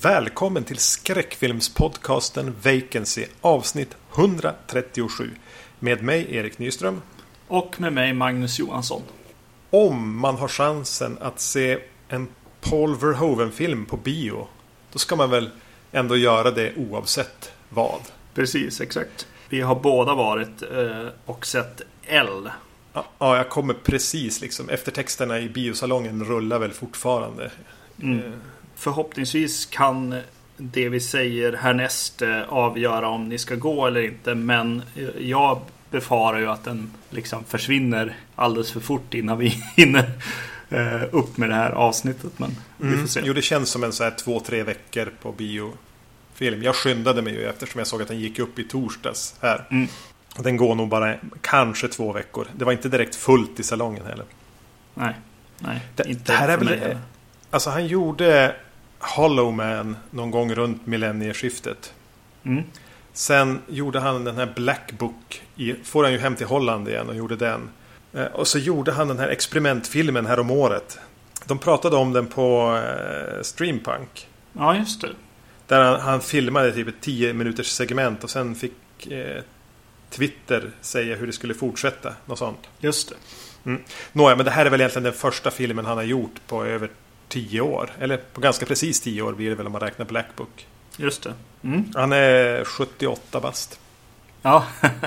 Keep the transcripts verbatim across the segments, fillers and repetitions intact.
Välkommen till skräckfilmspodcasten Vacancy, avsnitt etthundratrettiosju. Med mig Erik Nyström. Och med mig Magnus Johansson. Om man har chansen att se en Paul Verhoeven-film på bio, då ska man väl ändå göra det oavsett vad. Precis, exakt. Vi har båda varit eh, och sett L. Ja, ja, jag kommer precis liksom. Eftertexterna i biosalongen rullar väl fortfarande. Mm. Eh. Förhoppningsvis kan det vi säger härnäst avgöra om ni ska gå eller inte. Men jag befarar ju att den liksom försvinner alldeles för fort innan vi hinner upp med det här avsnittet. Men mm. vi får se. Jo, det känns som en så här två, tre veckor på biofilm. Jag skyndade mig ju eftersom jag såg att den gick upp i torsdags här. Mm. Den går nog bara kanske två veckor. Det var inte direkt fullt i salongen heller. Nej, nej. Det, inte det här är väl... mig. Alltså han gjorde Hollow Man någon gång runt millennieskiftet. Mm. Sen gjorde han den här Black Book i, får han ju hem till Holland igen och gjorde den. Eh, och så gjorde han den här experimentfilmen här om året. De pratade om den på eh, Streampunk. Ja, just det. Där han, han filmade typ ett tio minuters segment och sen fick eh, Twitter säga hur det skulle fortsätta. Något sånt. Just det. Mm. Nåja, men det här är väl egentligen den första filmen han har gjort på över tio år. Eller på ganska precis tio år blir det väl om man räknar Black Book. Just det. Mm. Han är sjuttioåtta bast. Ja.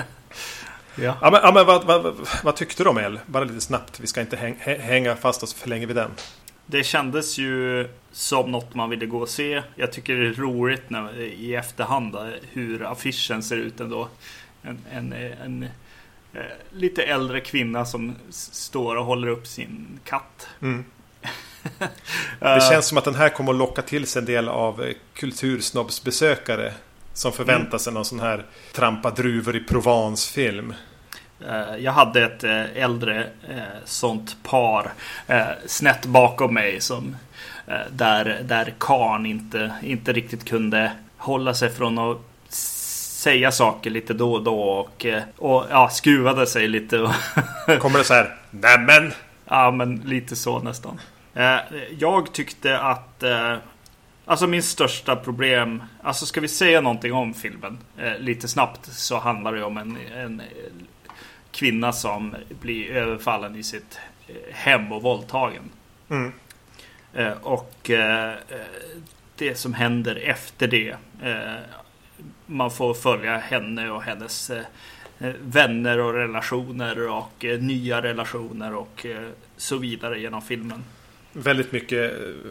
ja. ja, men, ja men vad, vad, vad tyckte du om El? Bara lite snabbt. Vi ska inte häng, hänga fast oss för länge vid den. Det kändes ju som något man ville gå och se. Jag tycker det är roligt när, i efterhand hur affischen ser ut ändå. En, en, en, en eh, lite äldre kvinna som står och håller upp sin katt. Mm. Det känns som att den här kommer att locka till sig en del av kultursnobbsbesökare som förväntar sig någon sån här trampa druvor i Provence-film. Jag hade ett äldre sånt par snett bakom mig som där, där Karn inte, inte riktigt kunde hålla sig från att säga saker lite då och då och, och ja, skruvade sig lite. Kommer det så här, nämen? Ja, men lite så nästan. Jag tyckte att alltså min största problem, alltså ska vi säga någonting om filmen lite snabbt, så handlar det om en, en kvinna som blir överfallen i sitt hem och våldtagen. Mm. Och det som händer efter det, man får följa henne och hennes vänner och relationer och nya relationer och så vidare genom filmen. Väldigt mycket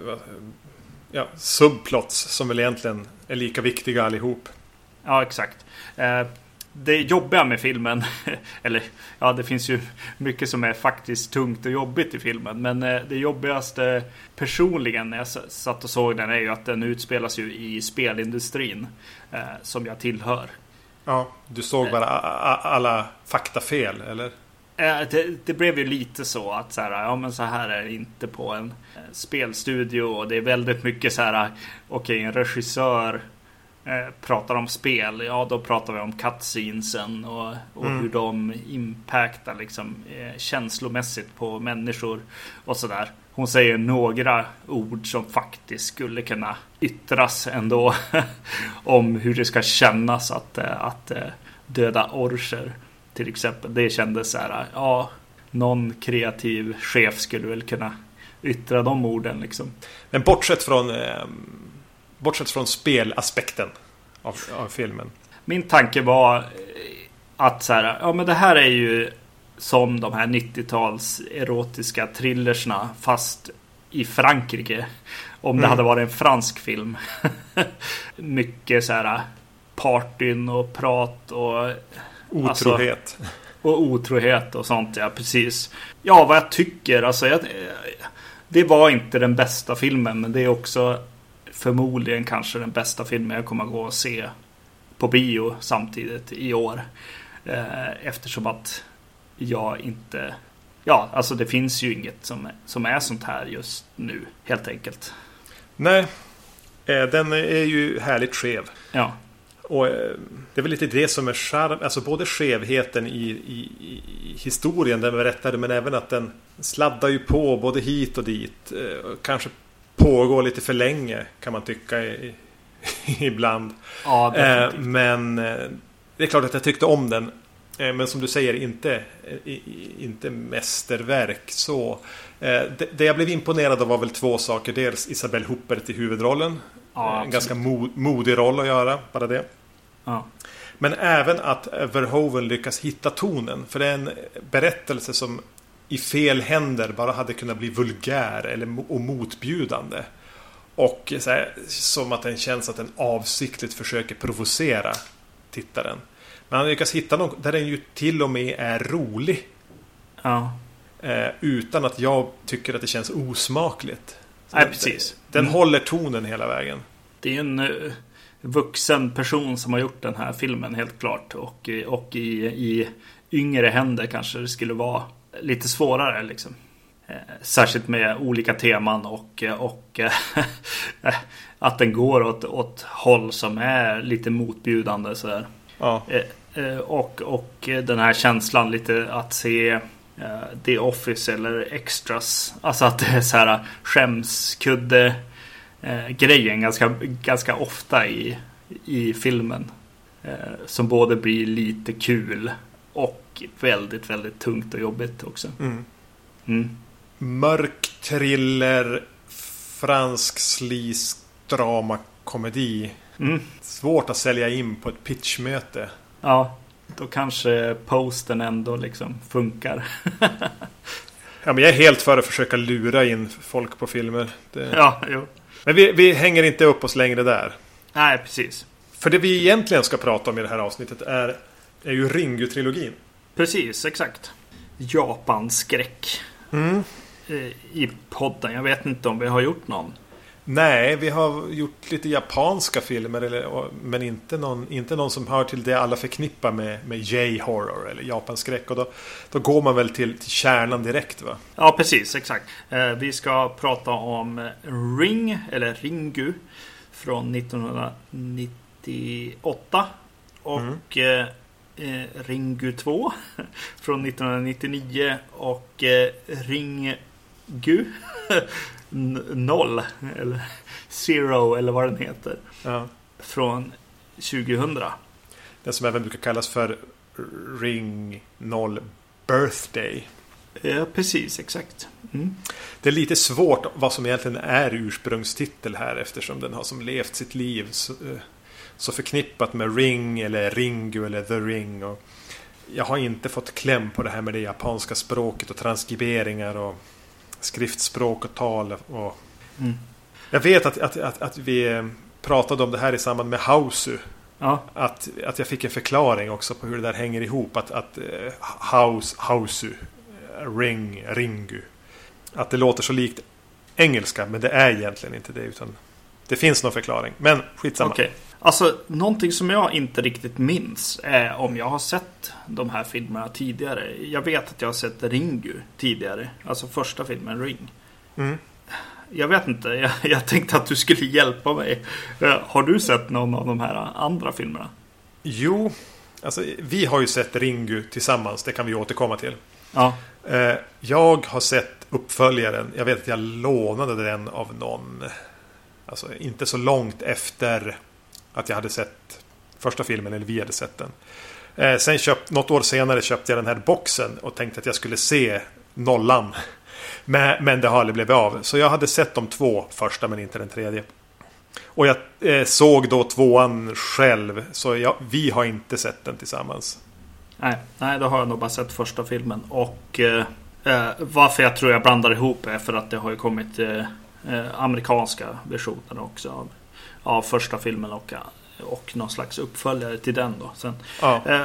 ja, subplots som väl egentligen är lika viktiga allihop. Ja, exakt. Det jobbiga med filmen, eller ja, det finns ju mycket som är faktiskt tungt och jobbigt i filmen, men det jobbigaste personligen när jag satt och såg den är ju att den utspelas ju i spelindustrin som jag tillhör. Ja, du såg bara alla faktafel, eller? Det, det blev ju lite så att så här, ja, men så här är det inte på en spelstudio, och det är väldigt mycket så här, okej, en regissör eh, pratar om spel, ja då pratar vi om cutscenesen och, och mm. hur de impactar liksom eh, känslomässigt på människor och sådär. Hon säger några ord som faktiskt skulle kunna yttras ändå om hur det ska kännas att, att döda orcher. Till exempel, det kändes så här, ja, någon kreativ chef skulle väl kunna yttra de orden liksom. Men bortsett från eh, bortsett från spelaspekten av, av filmen. Min tanke var att så här, ja men det här är ju som de här nittio-tals erotiska thrillersna fast i Frankrike. Om det mm. hade varit en fransk film. Mycket så här partyn och prat och otrohet. Alltså, och otrohet och sånt, ja, precis. Ja, vad jag tycker, alltså jag, det var inte den bästa filmen, men det är också förmodligen kanske den bästa filmen jag kommer att gå och se på bio samtidigt i år. Eh, eftersom att jag inte, ja, alltså det finns ju inget som, som är sånt här just nu, helt enkelt. Nej, den är ju härligt skev. Ja. Och det är väl lite det som är charm, alltså både skevheten i, i, i historien den berättade, men även att den sladdar ju på både hit och dit, kanske pågår lite för länge, kan man tycka i, i, ibland. Ja, eh, men eh, det är klart att jag tyckte om den. Eh, men som du säger, inte, eh, inte mästerverk. Så, eh, det, det jag blev imponerad av var väl två saker. Dels Isabelle Huppert i huvudrollen. Ja, en ganska mo, modig roll att göra, bara det. Ja. Men även att Verhoeven lyckas hitta tonen. För det är en berättelse som i fel händer bara hade kunnat bli vulgär eller och motbjudande. Och så här, som att den känns att den avsiktligt försöker provocera tittaren. Men han lyckas hitta något där den ju till och med är rolig. Ja. Eh, utan att jag tycker att det känns osmakligt. Så Nej, den, precis. Den Mm. håller tonen hela vägen. Det är ju en uh, vuxen person som har gjort den här filmen, helt klart. Och, och i, i yngre händer kanske det skulle vara lite svårare liksom. Eh, särskilt med olika teman och, och eh, att den går åt, åt håll som är lite motbjudande sådär. Ja. Eh, eh, och, och den här känslan lite att se eh, The Office eller Extras. Alltså att det är så här skämskudde eh, grejen ganska, ganska ofta i, i filmen. Eh, som både blir lite kul och väldigt, väldigt tungt och jobbigt också. Mm. Mm. Mörk thriller, fransk sleaze, drama, komedi. Mm. Svårt att sälja in på ett pitchmöte. Ja, då kanske posten ändå liksom funkar. Ja, men jag är helt för att försöka lura in folk på filmer. Det... Ja, jo. Men vi, vi hänger inte upp oss längre där. Nej, precis. För det vi egentligen ska prata om i det här avsnittet är, är ju Ringu-trilogin. Precis, exakt. Japan-skräck. Mm. I podden. Jag vet inte om vi har gjort någon. Nej, vi har gjort lite japanska filmer, eller, men inte någon, inte någon som hör till det alla förknippar med, med J-horror eller japanskräck. Och då, då går man väl till, till kärnan direkt, va? Ja, precis, exakt. Eh, vi ska prata om Ring, eller Ringu, från nittonhundranittioåtta. Och mm. eh, Ringu två från nittonhundranittionio. Och eh, Ringu noll eller Zero eller vad den heter, ja. Från tjugohundra. Den som även brukar kallas för Ring noll Birthday. Ja, precis, exakt. Mm. Det är lite svårt vad som egentligen är ursprungstitel här, eftersom den har som levt sitt liv så, så förknippat med Ring eller Ringu eller The Ring. Och jag har inte fått kläm på det här med det japanska språket och transkriberingar och skriftspråk och tal. Och mm. Jag vet att, att, att, att vi pratade om det här i samband med Hausu. Ja. Att, att jag fick en förklaring också på hur det där hänger ihop. Att, att uh, house, Hausu, Ring, Ringu. Att det låter så likt engelska, men det är egentligen inte det, utan det finns någon förklaring. Men skitsamma. Okej. Alltså, någonting som jag inte riktigt minns är om jag har sett de här filmerna tidigare. Jag vet att jag har sett Ringu tidigare. Alltså första filmen, Ring. Mm. Jag vet inte, jag, jag tänkte att du skulle hjälpa mig. Har du sett någon av de här andra filmerna? Jo, alltså vi har ju sett Ringu tillsammans, det kan vi återkomma till. Ja. Jag har sett uppföljaren, jag vet att jag lånade den av någon, alltså inte så långt efter att jag hade sett första filmen, eller vi hade sett den. Sen köpt, något år senare köpte jag den här boxen och tänkte att jag skulle se nollan. Men, men det har aldrig blivit av. Så jag hade sett de två första, men inte den tredje. Och jag eh, såg då tvåan själv. Så jag, vi har inte sett den tillsammans. Nej, nej, då har jag nog bara sett första filmen. Och eh, varför jag tror jag blandar ihop är för att det har ju kommit eh, amerikanska versioner också av, av första filmen och, och någon slags uppföljare till den då. Sen, ja. eh,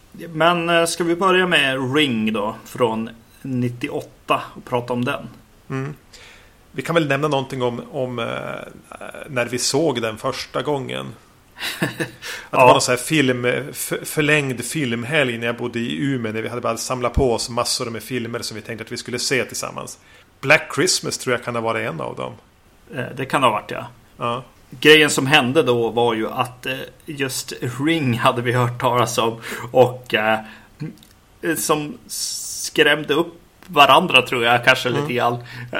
men ska vi börja med Ring då, från nittioåtta, och prata om den. Mm. Vi kan väl nämna någonting om, om eh, när vi såg den första gången. Att det ja. var någon så här film, för, förlängd filmhelg när jag bodde i Umeå, när vi hade bara samlat på oss massor med filmer som vi tänkte att vi skulle se tillsammans. Black Christmas tror jag kan ha varit en av dem. Eh, det kan ha varit, ja. Ja. Grejen som hände då var ju att eh, just Ring hade vi hört talas om, och eh, som skrämde upp varandra tror jag kanske mm. lite grann.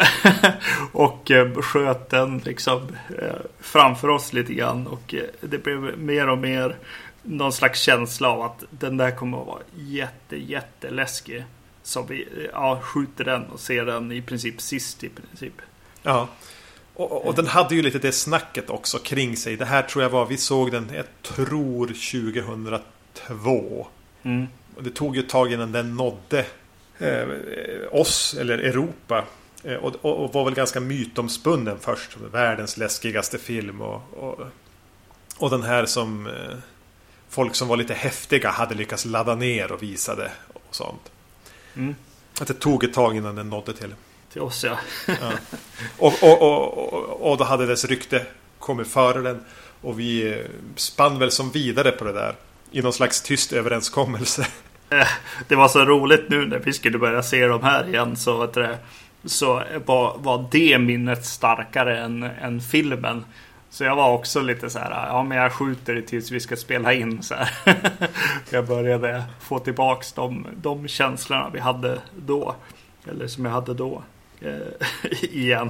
Och eh, sköt den liksom eh, framför oss lite grann. Och eh, det blev mer och mer någon slags känsla av att den där kommer att vara jätte, jätteläskig. Så vi ja, skjuter den och ser den i princip sist i princip. Ja, och, och den hade ju lite det snacket också kring sig. Det här tror jag var, vi såg den, jag tror tjugohundratvå. Mm. Och det tog ju ett tag innan den nådde eh, oss, eller Europa. Eh, och, och, och var väl ganska mytomspunnen först. Världens läskigaste film. Och, och, och den här som eh, folk som var lite häftiga hade lyckats ladda ner och visade och sånt. Mm. Att det tog ett tag innan den nådde till till oss, ja. ja. Och, och, och, och, och då hade dess rykte kommit före den. Och vi spann väl som vidare på det där i någon slags tyst överenskommelse. Det var så roligt nu när vi skulle börja se dem här igen. Så, att det, så var, var det minnet starkare än, än filmen. Så jag var också lite så här, ja men jag skjuter det tills vi ska spela in så här. Jag började få tillbaks de, de känslorna vi hade då. Eller som jag hade då. Eh, igen.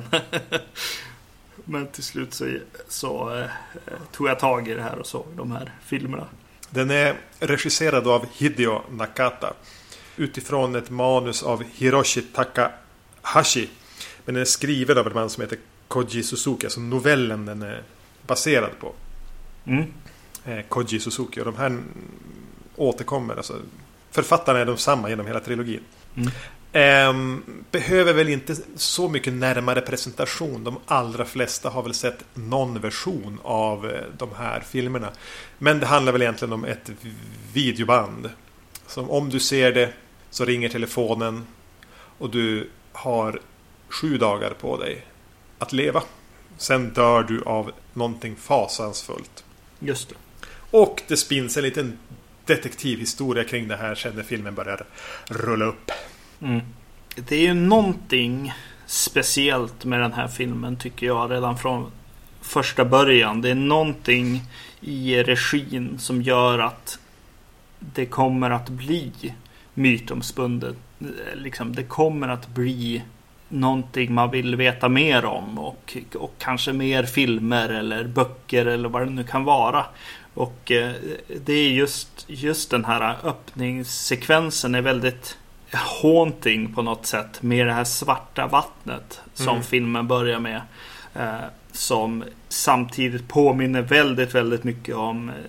Men till slut så, så eh, tog jag tag i det här och såg de här filmerna. Den är regisserad av Hideo Nakata. Utifrån ett manus av Hiroshi Takahashi. Men den är skriven av en man som heter Koji Suzuki. Alltså novellen den är baserad på. Mm. Eh, Koji Suzuki. Och de här återkommer. Alltså, författarna är de samma genom hela trilogin. Mm. Eh, behöver väl inte så mycket närmare presentation. De allra flesta har väl sett någon version av eh, de här filmerna. Men det handlar väl egentligen om ett videoband. Som om du ser det så ringer telefonen. Och du har sju dagar på dig att leva. Sen dör du av någonting fasansfullt. Just det. Och det spins en liten detektivhistoria kring det här sen när filmen börjar rulla upp. Mm. Det är ju någonting speciellt med den här filmen tycker jag redan från första början. Det är någonting i regin som gör att det kommer att bli mytomspunnet. Liksom, det kommer att bli någonting man vill veta mer om och, och kanske mer filmer eller böcker eller vad det nu kan vara. Och eh, det är just, just den här öppningssekvensen är väldigt haunting på något sätt med det här svarta vattnet som mm. filmen börjar med. Eh, som samtidigt påminner väldigt, väldigt mycket om eh,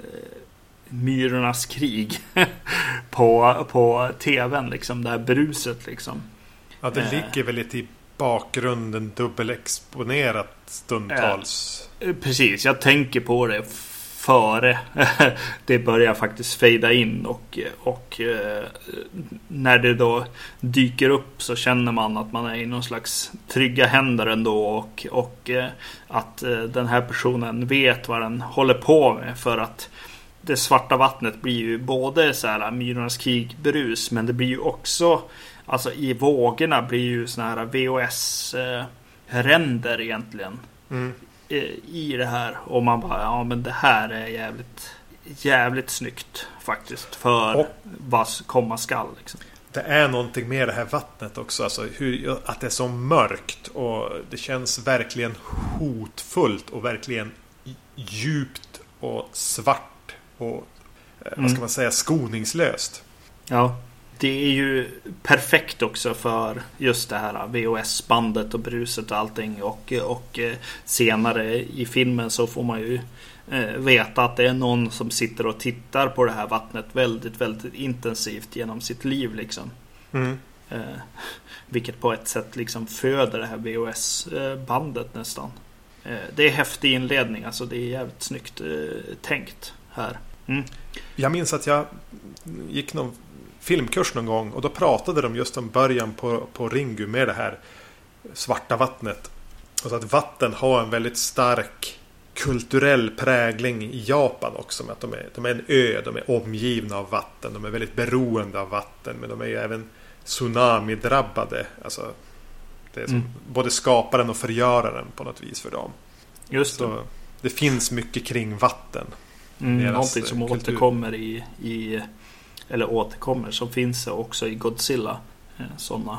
Myrornas krig på, på tvn, liksom det här bruset liksom. Ja, det ligger väl lite i bakgrunden dubbelexponerat stundtals. Eh, precis, jag tänker på det före det börjar faktiskt fejda in och, och eh, när det då dyker upp så känner man att man är i någon slags trygga händer ändå och, och eh, att eh, den här personen vet vad den håller på med, för att det svarta vattnet blir ju både så här Myrornas krig brus, men det blir ju också, alltså i vågorna blir ju såna här V H S-ränder eh, egentligen mm. eh, i det här. Och man bara, ja men det här är jävligt jävligt snyggt faktiskt för och vad komma skall liksom. Det är någonting med det här vattnet också, alltså hur, att det är så mörkt och det känns verkligen hotfullt och verkligen djupt och svart och eh, vad ska man säga, skoningslöst. Ja, det är ju perfekt också för just det här V H S-bandet och bruset och allting. Och, och senare i filmen så får man ju eh, veta att det är någon som sitter och tittar på det här vattnet väldigt, väldigt intensivt genom sitt liv liksom. Mm. Eh, vilket på ett sätt liksom föder det här V H S-bandet nästan. Eh, det är häftig inledning, alltså det är jävligt snyggt eh, tänkt här. Mm. Jag minns att jag gick någon filmkurs någon gång och då pratade de just om början på, på Ringu med det här svarta vattnet. Och så att vatten har en väldigt stark kulturell prägling i Japan också. Med att de är, de är en ö, de är omgivna av vatten, de är väldigt beroende av vatten, men de är ju även tsunami-drabbade. Alltså, det är som mm. både skaparen och förgöraren på något vis för dem. Just det. Så det finns mycket kring vatten. Mm, någonting som kultur. återkommer i, i eller återkommer som finns också i Godzilla, sådana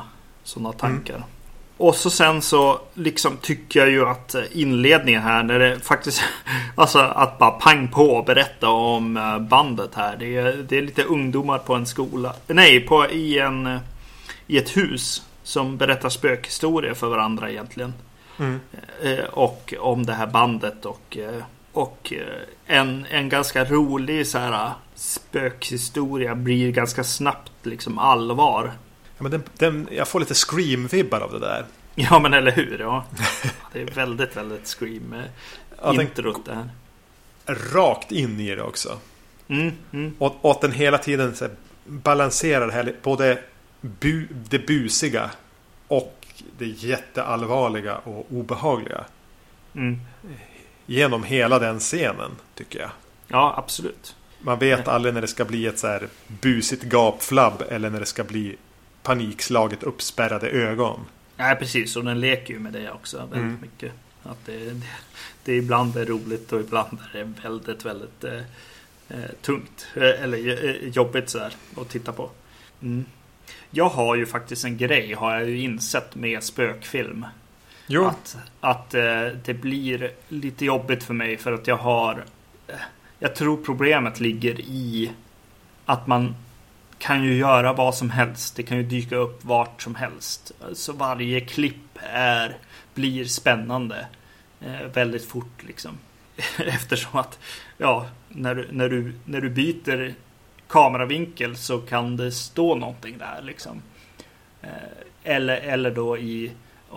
sådana tankar. Mm. Och så sen så liksom tycker jag ju att inledningen här när det faktiskt alltså att bara pang på och berätta om bandet här. Det är, det är lite ungdomar på en skola. Nej, på i en i ett hus som berättar spökhistorier för varandra egentligen. Mm. Och om det här bandet och och en en ganska rolig så här spökhistoria blir ganska snabbt liksom allvar. Ja, men den, den, jag får lite Scream-vibbar av det där. Ja, men eller hur? Ja. Det är väldigt, väldigt Scream ja, introt det här. Rakt in i det också. Mm, mm. Och, och att den hela tiden så här, balanserar det här, både bu, det busiga och det jätteallvarliga och obehagliga. Mm. Genom hela den scenen, tycker jag. Ja, absolut. Man vet aldrig när det ska bli ett så här busigt gapflabb eller när det ska bli panikslaget uppspärrade ögon. Ja, precis. Och den leker ju med det också väldigt mm. mycket. Att det, det, det ibland är roligt och ibland är det väldigt, väldigt eh, tungt. Eller eh, jobbigt så här att titta på. Mm. Jag har ju faktiskt en grej, har jag ju insett med spökfilm. Jo. Att, att eh, det blir lite jobbigt för mig för att jag har... Eh, jag tror problemet ligger i att man kan ju göra vad som helst. Det kan ju dyka upp vart som helst. Så varje klipp är, blir spännande eh, väldigt fort liksom. Eftersom att ja, när du, när du, när du byter kameravinkel så kan det stå någonting där liksom. Eh, eller, eller då i,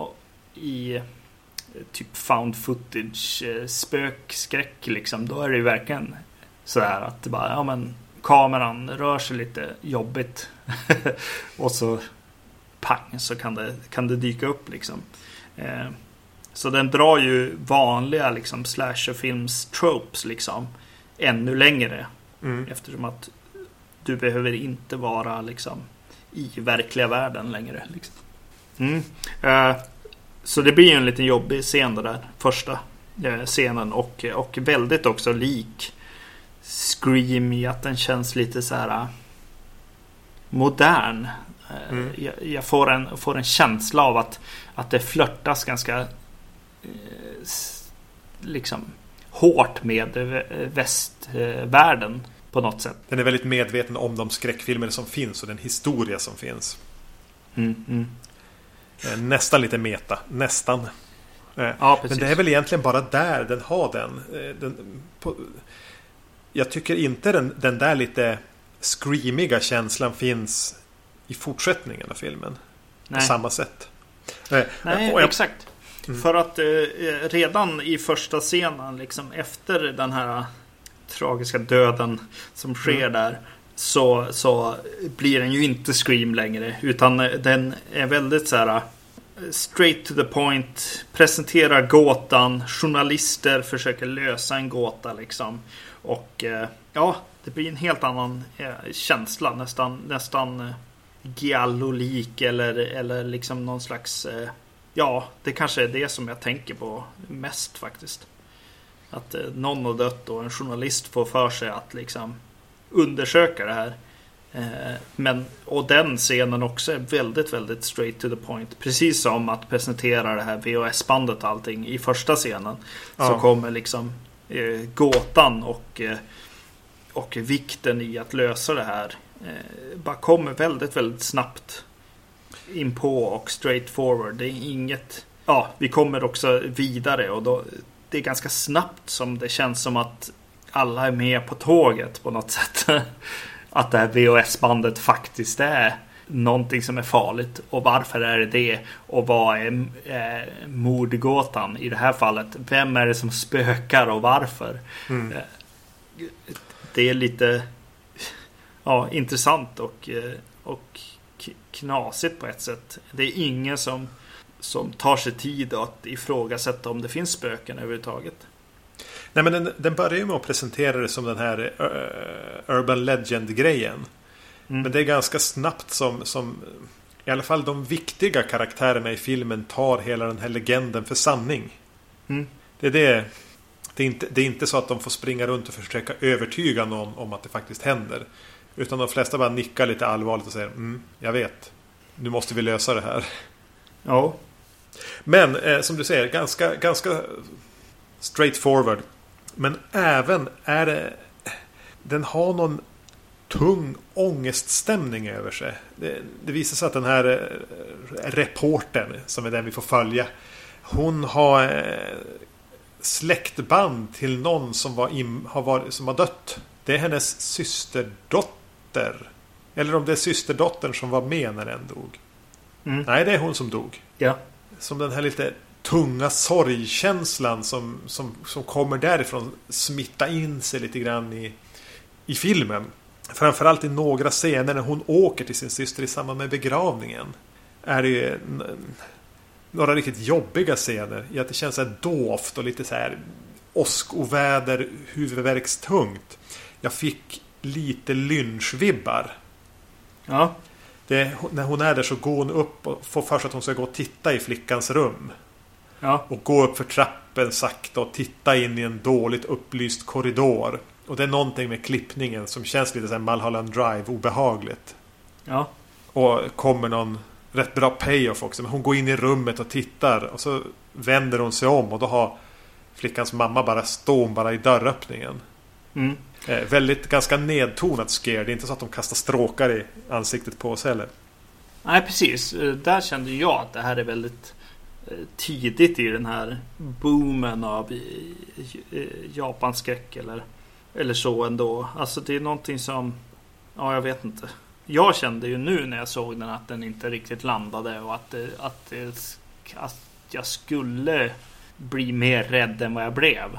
i typ found footage eh, spökskräck liksom. Då är det ju verkligen så här att det bara, ja men kameran rör sig lite jobbigt och så pang så kan det, kan det dyka upp liksom. Eh, så den drar ju vanliga liksom slasherfilms tropes liksom ännu längre mm. eftersom att du behöver inte vara liksom i verkliga världen längre liksom. Mm. Eh, så det blir ju en liten jobbig scen där första eh, scenen och, och väldigt också lik Scream i att den känns lite så här modern. Mm. Jag, jag får en får en känsla av att att det flörtas ganska eh, liksom hårt med västvärlden på något sätt. Den är väldigt medveten om de skräckfilmer som finns och den historia som finns. Mm, mm. Nästan lite meta, nästan. Ja, men det är väl egentligen bara där den har den. den på, jag tycker inte den, den där lite screamiga känslan finns i fortsättningen av filmen. Nej. På samma sätt. Nej, jag, exakt. Mm. För att eh, redan i första scenen liksom efter den här tragiska döden som sker mm. där så, så blir den ju inte Scream längre utan den är väldigt så här straight to the point, presenterar gåtan, journalister försöker lösa en gåta liksom. Och eh, ja, det blir en helt annan eh, känsla, nästan nästan eh, giallolik eller eller liksom någon slags eh, ja, det kanske är det som jag tänker på mest faktiskt. Att eh, någon har dött och en journalist får för sig att liksom undersöka det här. Eh, men och den scenen också är väldigt väldigt straight to the point, precis som att presentera det här V H S-bandet och allting i första scenen. Ja. Så kommer liksom eh, gåtan och eh, och vikten i att lösa det här eh, bara kommer väldigt väldigt snabbt in på och straight forward. Det är inget, ja, vi kommer också vidare och då det är ganska snabbt som det känns som att alla är med på tåget på något sätt. Att det här V H S-bandet faktiskt är någonting som är farligt. Och varför är det det? Och vad är eh, mordgåtan i det här fallet? Vem är det som spökar och varför? Mm. Eh, det är lite ja, intressant och, och knasigt på ett sätt. Det är ingen som, som tar sig tid att ifrågasätta om det finns spöken överhuvudtaget. Nej, men den, den börjar ju med att presentera det som den här uh, Urban Legend-grejen. Mm. Men det är ganska snabbt som, som i alla fall de viktiga karaktärerna i filmen tar hela den här legenden för sanning. Mm. Det är det. Det är, inte, det är inte så att de får springa runt och försöka övertyga någon om att det faktiskt händer. Utan de flesta bara nickar lite allvarligt och säger mm, jag vet. nu måste vi lösa det här. Ja. Men eh, som du säger, ganska, ganska straightforward. Men även är det, den har någon tung ångeststämning över sig. Det, det visar sig att den här eh, reportern, som är den vi får följa, hon har eh, släktband till någon som, var im, har varit, som har dött. Det är hennes systerdotter. Eller om det är systerdottern som var med när den dog. Mm. Nej, det är hon som dog. Ja. Som den här lite tunga sorgkänslan som, som, som kommer därifrån smitta in sig lite grann i, i filmen. Framförallt i några scener när hon åker till sin syster i samband med begravningen. Är det n- några riktigt jobbiga scener. I att det känns så här dovt och lite så här åskoväder, huvudvärkstungt. Jag fick lite lynchvibbar. Ja. Det, när hon är där så går hon upp och får för sig att hon ska gå och titta i flickans rum. Ja. Och gå upp för trappen sakta och titta in i en dåligt upplyst korridor. Och det är någonting med klippningen som känns lite så här Mulholland Drive obehagligt. Ja. Och kommer någon rätt bra payoff också. Men hon går in i rummet och tittar. Och så vänder hon sig om och då har flickans mamma bara stått bara i dörröppningen. Mm. Eh, väldigt ganska nedtonat scare. Det är inte så att de kastar stråkar i ansiktet på oss heller. Nej, precis. Där kände jag att det här är väldigt tidigt i den här boomen av japanskräck eller, eller så ändå. Alltså det är någonting som, ja, jag vet inte. Jag kände ju nu när jag såg den att den inte riktigt landade och att, att, att jag skulle bli mer rädd än vad jag blev.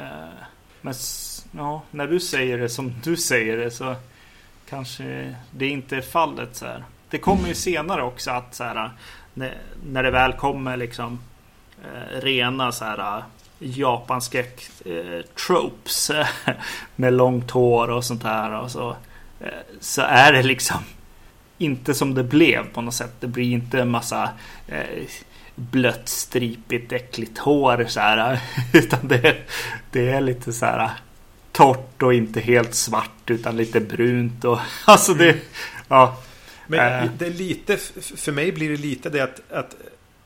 Men ja, när du säger det som du säger det så kanske det inte är fallet så här. Det kommer ju senare också att så här, när, när det väl kommer liksom eh, rena så här japanskräck eh, tropes eh, med långt hår och sånt här och så, eh, så är det liksom inte som det blev på något sätt. Det blir inte en massa eh, blött, stripigt, äckligt hår så här, utan det, det är lite så här torrt och inte helt svart utan lite brunt och alltså det, ja. Men det är lite, för mig blir det lite det att, att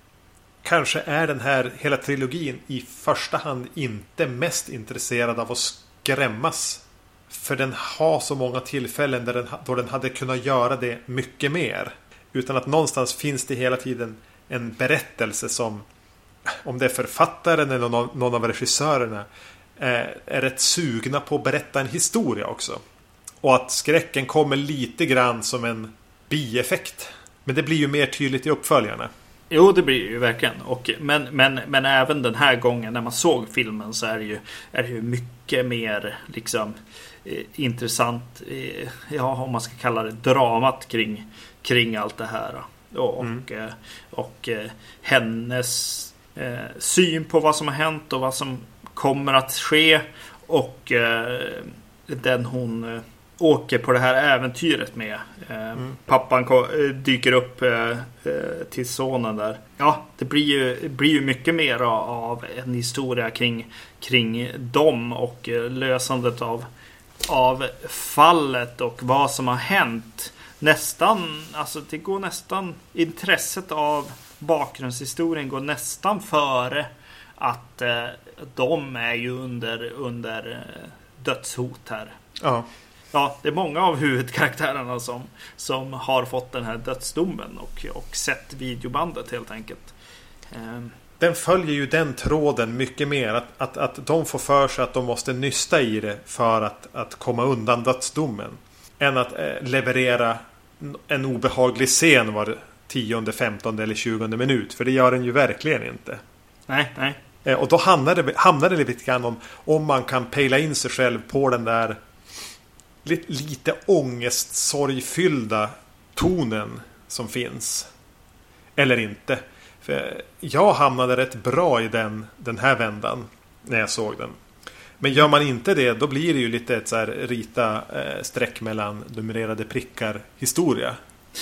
kanske är den här hela trilogin i första hand inte mest intresserad av att skrämmas. För den har så många tillfällen där den, då den hade kunnat göra det mycket mer. Utan att någonstans finns det hela tiden en berättelse som, om det är författaren eller någon, någon av regissörerna, är, är rätt sugna på att berätta en historia också. Och att skräcken kommer lite grann som en bieffekt. Men det blir ju mer tydligt i uppföljarna. Jo, det blir ju verkligen. Och, men, men, men även den här gången när man såg filmen så är det ju, är det ju mycket mer liksom eh, intressant, eh, ja, om man ska kalla det dramat kring, kring allt det här. Och, mm. och, eh, och eh, hennes eh, syn på vad som har hänt och vad som kommer att ske. Och eh, den hon eh, åker på det här äventyret med. Eh, mm. Pappan ko- dyker upp eh, till sonen där. Ja, det blir ju, blir ju mycket mer av en historia kring, kring dem och lösandet av, av fallet och vad som har hänt. Nästan, alltså det går nästan, intresset av bakgrundshistorien går nästan före att eh, de är ju under, under eh, dödshot här. Ja. Ja, det är många av huvudkaraktärerna som, som har fått den här dödsdomen och, och sett videobandet helt enkelt. Um. Den följer ju den tråden mycket mer. Att, att, att de får för sig att de måste nysta i det för att, att komma undan dödsdomen. Än att eh, leverera en obehaglig scen var tionde, femtonde eller tjugonde minut. För det gör den ju verkligen inte. Nej, nej. Eh, och då hamnar det, hamnar det lite grann om, om man kan pejla in sig själv på den där lite, lite ångestsorgfyllda tonen som finns. Eller inte. För jag hamnade rätt bra i den, den här vändan när jag såg den. Men gör man inte det, då blir det ju lite ett så här rita eh, streck mellan numrerade prickar historia.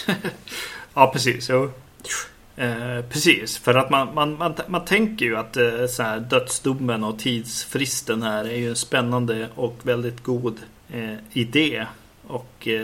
Ja, precis. Jo. Eh, precis, för att man, man, man, man tänker ju att eh, så här, dödsdomen och tidsfristen här är ju en spännande och väldigt god eh, idé. Och eh,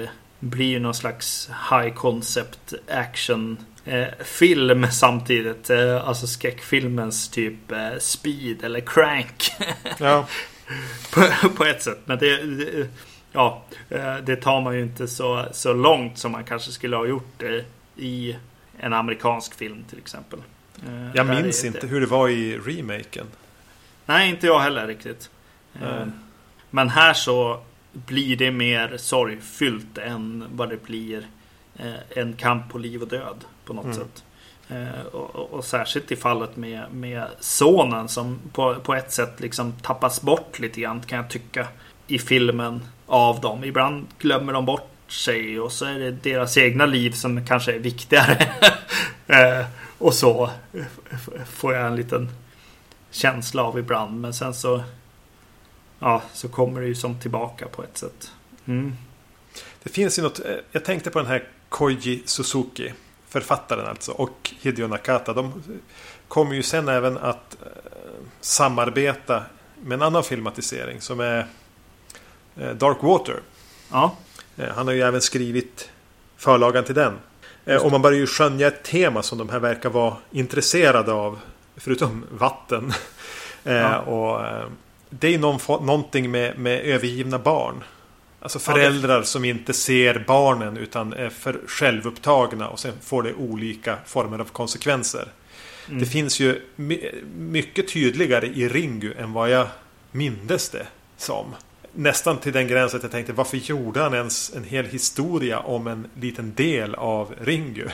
blir ju någon slags high concept action eh, film samtidigt. Eh, alltså skräckfilmens typ eh, Speed eller Crank. Ja. på, på ett sätt. Men det, det ja, eh, det tar man ju inte så, så långt som man kanske skulle ha gjort det i en amerikansk film till exempel. Eh, jag minns inte det. Hur det var i remaken. Nej, inte jag heller riktigt. Mm. Men här så blir det mer sorgfyllt än vad det blir en kamp på liv och död på något mm. sätt. Och, och, och särskilt i fallet med, med sonen som på, på ett sätt liksom tappas bort lite grann, kan jag tycka, i filmen av dem. Ibland glömmer de bort sig och så är det deras egna liv som kanske är viktigare. Och så får jag en liten känsla av ibland, men sen så ja, så kommer det ju som tillbaka på ett sätt. Mm. Det finns ju något, jag tänkte på den här Koji Suzuki, författaren alltså, och Hideo Nakata. De kommer ju sen även att eh, samarbeta med en annan filmatisering som är eh, Dark Water. Ja. Eh, han har ju även skrivit förlagan till den. Eh, och man börjar ju skönja ett tema som de här verkar vara intresserade av, förutom vatten. eh, ja. Och eh, det är någon, någonting med, med övergivna barn. Alltså föräldrar ja, det... som inte ser barnen utan är för självupptagna och sen får det olika former av konsekvenser. Mm. Det finns ju my- mycket tydligare i Ringu än vad jag mindes det som. Nästan till den gränsen att jag tänkte, varför gjorde han ens en hel historia om en liten del av Ringu?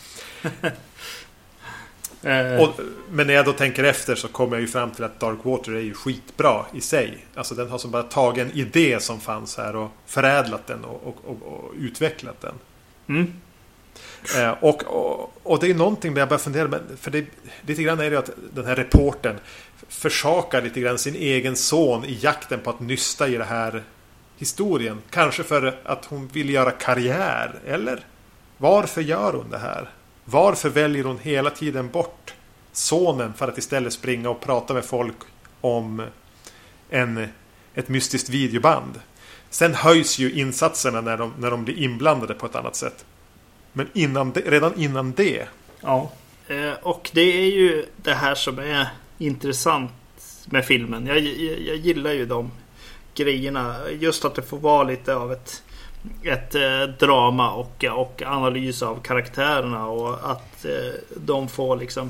Och, men när jag då tänker efter så kommer jag ju fram till att Dark Water är ju skitbra i sig. Alltså den har som bara tagit en idé som fanns här och förädlat den och, och, och, och utvecklat den. Mm. Eh, och, och, och det är ju någonting där jag börjar fundera, för det, lite grann är det att den här reportern försakar lite grann sin egen son i jakten på att nysta i det här historien. Kanske för att hon vill göra karriär, eller? Varför gör hon det här? Varför väljer hon hela tiden bort sonen för att istället springa och prata med folk om en, ett mystiskt videoband? Sen höjs ju insatserna när de, när de blir inblandade på ett annat sätt. Men innan det, redan innan det... Ja, och det är ju det här som är intressant med filmen. Jag, jag, jag gillar ju de grejerna. Just att det får vara lite av ett... ett eh, drama och, och analys av karaktärerna och att eh, de får liksom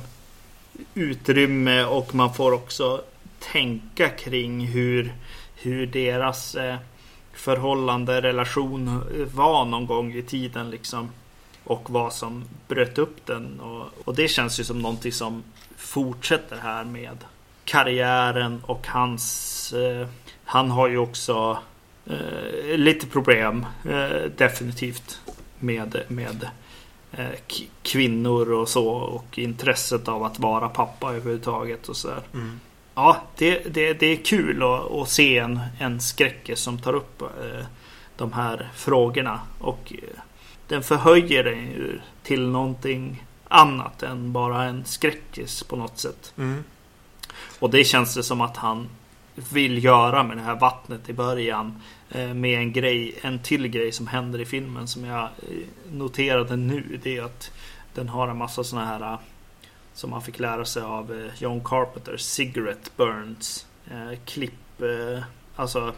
utrymme och man får också tänka kring hur, hur deras eh, förhållande, relation var någon gång i tiden liksom, och vad som bröt upp den och, och det känns ju som någonting som fortsätter här med karriären och hans eh, han har ju också Uh, lite problem uh, definitivt med, med uh, k- kvinnor och så och intresset av att vara pappa överhuvudtaget och så där. Mm. Ja, det, det, det är kul att, att se en, en skräcke som tar upp uh, de här frågorna och uh, den förhöjer den ju till någonting annat än bara en skräckis på något sätt. Mm. Och det känns det som att han vill göra med det här vattnet i början med en grej, en till grej som händer i filmen som jag noterade nu, det är att den har en massa såna här som man fick lära sig av John Carpenter, cigarette burns, eh, klipp, eh, alltså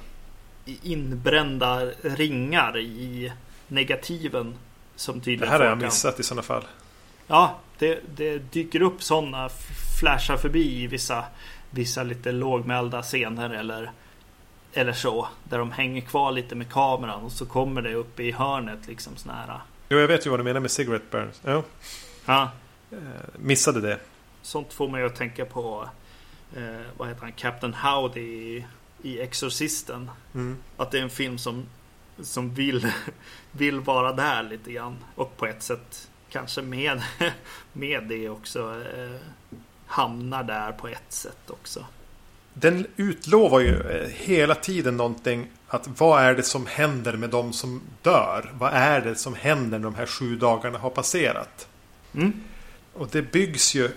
inbrända ringar i negativen som tydligen det här har jag missat i sådana fall. Ja, det, det dyker upp sådana flashar förbi i vissa vissa lite lågmälda scener eller eller så, där de hänger kvar lite med kameran och så kommer det upp i hörnet liksom såna här. Jo, jag vet ju vad du menar med cigarette burns. Ja. Ja. Eh, missade det. Sånt får man ju att tänka på eh, vad heter han? Captain Howdy i, i Exorcisten. Mm. Att det är en film som som vill vill vara där lite grann och på ett sätt kanske med med det också eh, hamnar där på ett sätt också. Den utlovar ju hela tiden någonting, att vad är det som händer med de som dör? Vad är det som händer när de här sju dagarna har passerat? Mm. Och det byggs ju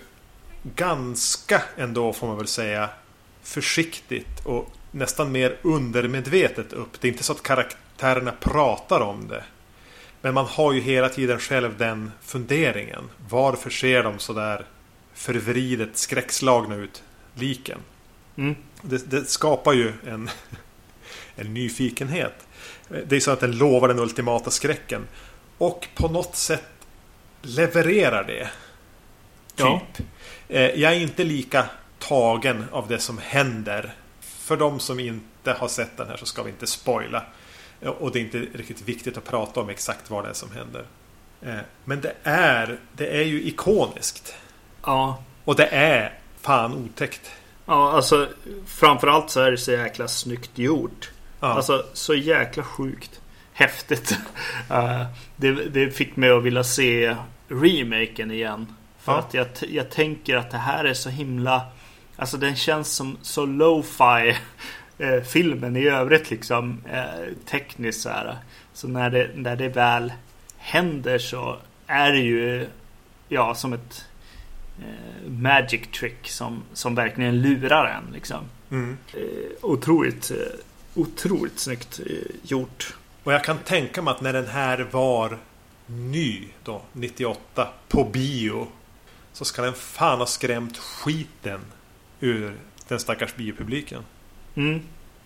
ganska ändå, får man väl säga, försiktigt och nästan mer undermedvetet upp. Det är inte så att karaktärerna pratar om det. Men man har ju hela tiden själv den funderingen. Varför ser de så där förvridet skräckslagna ut liken? Mm. Det, det skapar ju en, en nyfikenhet. Det är så att den lovar den ultimata skräcken. Och på något sätt levererar det. Typ. Ja. Jag är inte lika tagen av det som händer. För de som inte har sett den här så ska vi inte spoila. Och det är inte riktigt viktigt att prata om exakt vad det är som händer. Men det är, det är ju ikoniskt. Ja. Och det är fan otäckt. Ja, alltså framförallt så är det så jäkla snyggt gjort. Ja. Alltså så jäkla sjukt häftigt. uh, det, det fick mig att vilja se remaken igen. För ja. att jag, jag tänker att det här är så himla... Alltså den känns som så lo-fi eh, filmen i övrigt liksom eh, tekniskt så här. Så när det, när det väl händer så är det ju ja, som ett eh, magic trick som, som verkligen lurar en liksom. Mm. Eh, otroligt eh, otroligt snyggt eh, gjort. Och jag kan tänka mig att när den här var ny då, nittioåtta på bio, så ska den fan ha skrämt skiten ur den stackars biopubliken. Mm.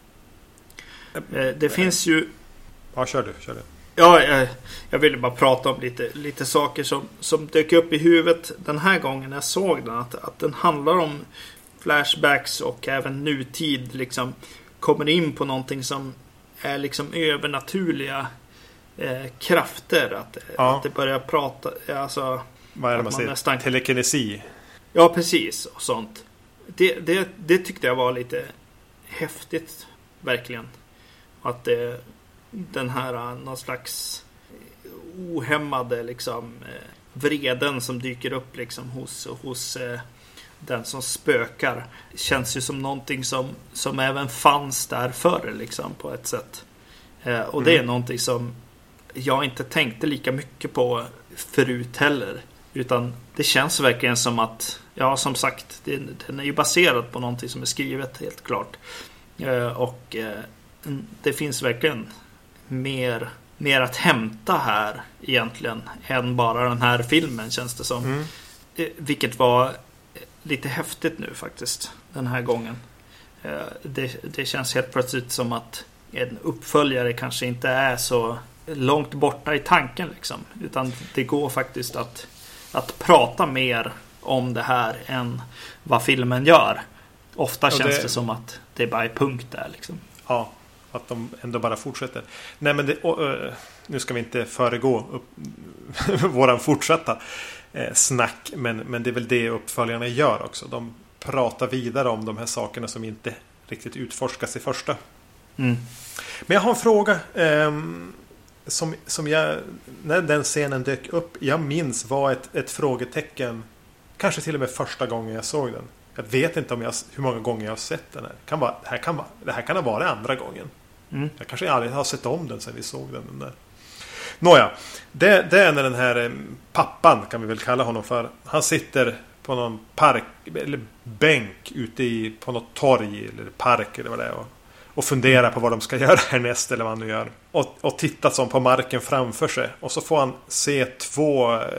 Eh, det finns ju... Ja, kör du, kör du. Ja, jag, jag ville bara prata om lite, lite saker som, som dök upp i huvudet den här gången när jag såg den. Att, att den handlar om flashbacks och även nutid liksom kommer in på någonting som är liksom övernaturliga eh, krafter. Att, ja. att det börjar prata... Alltså, vad är det man säger? Nästan... Telekinesi. Ja, precis. Och sånt. Det, det, det tyckte jag var lite häftigt, verkligen. Att det, den här någon slags ohämmade liksom, vreden som dyker upp liksom, hos, hos eh, den som spökar känns ju som någonting som, som även fanns där förr liksom, på ett sätt. Eh, och det är mm. någonting som jag inte tänkte lika mycket på förut heller. Utan det känns verkligen som att, ja som sagt, det, den är ju baserad på någonting som är skrivet helt klart. Eh, och eh, det finns verkligen mer, mer att hämta här egentligen än bara den här filmen, känns det som. Mm. Eh, vilket var lite häftigt nu faktiskt, den här gången. Eh, det, det känns helt plötsligt som att en uppföljare kanske inte är så långt borta i tanken liksom. Utan det går faktiskt att att prata mer om det här än vad filmen gör. Ofta känns det... det som att det bara är punkt där liksom. Ja, att de ändå bara fortsätter. Nej, men det, och, uh, nu ska vi inte föregå upp, våran fortsatta eh, snack, men, men det är väl det uppföljarna gör också. De pratar vidare om de här sakerna som inte riktigt utforskas i första. Mm. Men jag har en fråga um, Som, som jag, när den scenen dök upp, jag minns var ett, ett frågetecken, kanske till och med första gången jag såg den. Jag vet inte om jag, hur många gånger jag har sett den här. Kan vara, det, här kan vara, det här kan ha varit andra gången. Mm. Jag kanske aldrig har sett om den sedan vi såg den. den där. Nåja, det, det är när den här pappan, kan vi väl kalla honom för, han sitter på någon park eller bänk ute i, på något torg eller park eller vad det är, och Och fundera på vad de ska göra härnäst eller vad han nu gör. Och, och titta som på marken framför sig. Och så får han se två eh,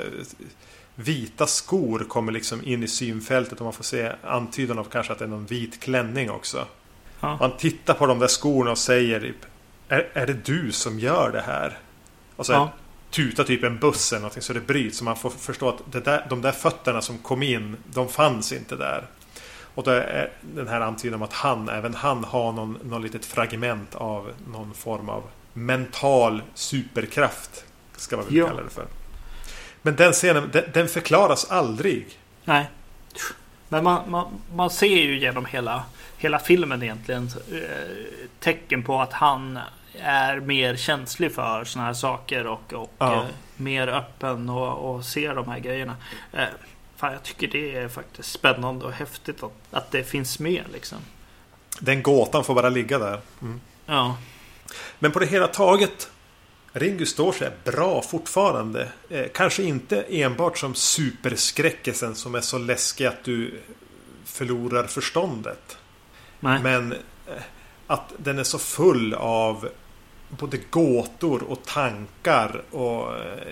vita skor kommer liksom in i synfältet. Och man får se antydan av kanske att det är någon vit klänning också. Ja. Han tittar på de där skorna och säger är, är det du som gör det här? Och så ja. tutar typ en buss eller någonting så det bryts. Så man får förstå att det där, de där fötterna som kom in, de fanns inte där. Och då är den här antydan om att han, även han har någon, någon litet fragment av någon form av mental superkraft, ska man väl ja. kalla det för. Men den scenen, den, den förklaras aldrig. Nej. Men man, man, man ser ju genom hela, hela filmen egentligen eh, tecken på att han är mer känslig för såna här saker och, och ja. eh, mer öppen och, och ser de här grejerna. Eh, Fan, jag tycker det är faktiskt spännande och häftigt att, att det finns med liksom. Den gåtan får bara ligga där. Mm. Ja. Men på det hela taget, Ringu står sig bra fortfarande. Eh, kanske inte enbart som superskräckesen som är så läskig att du förlorar förståndet. Nej. Men eh, att den är så full av både gåtor och tankar och eh,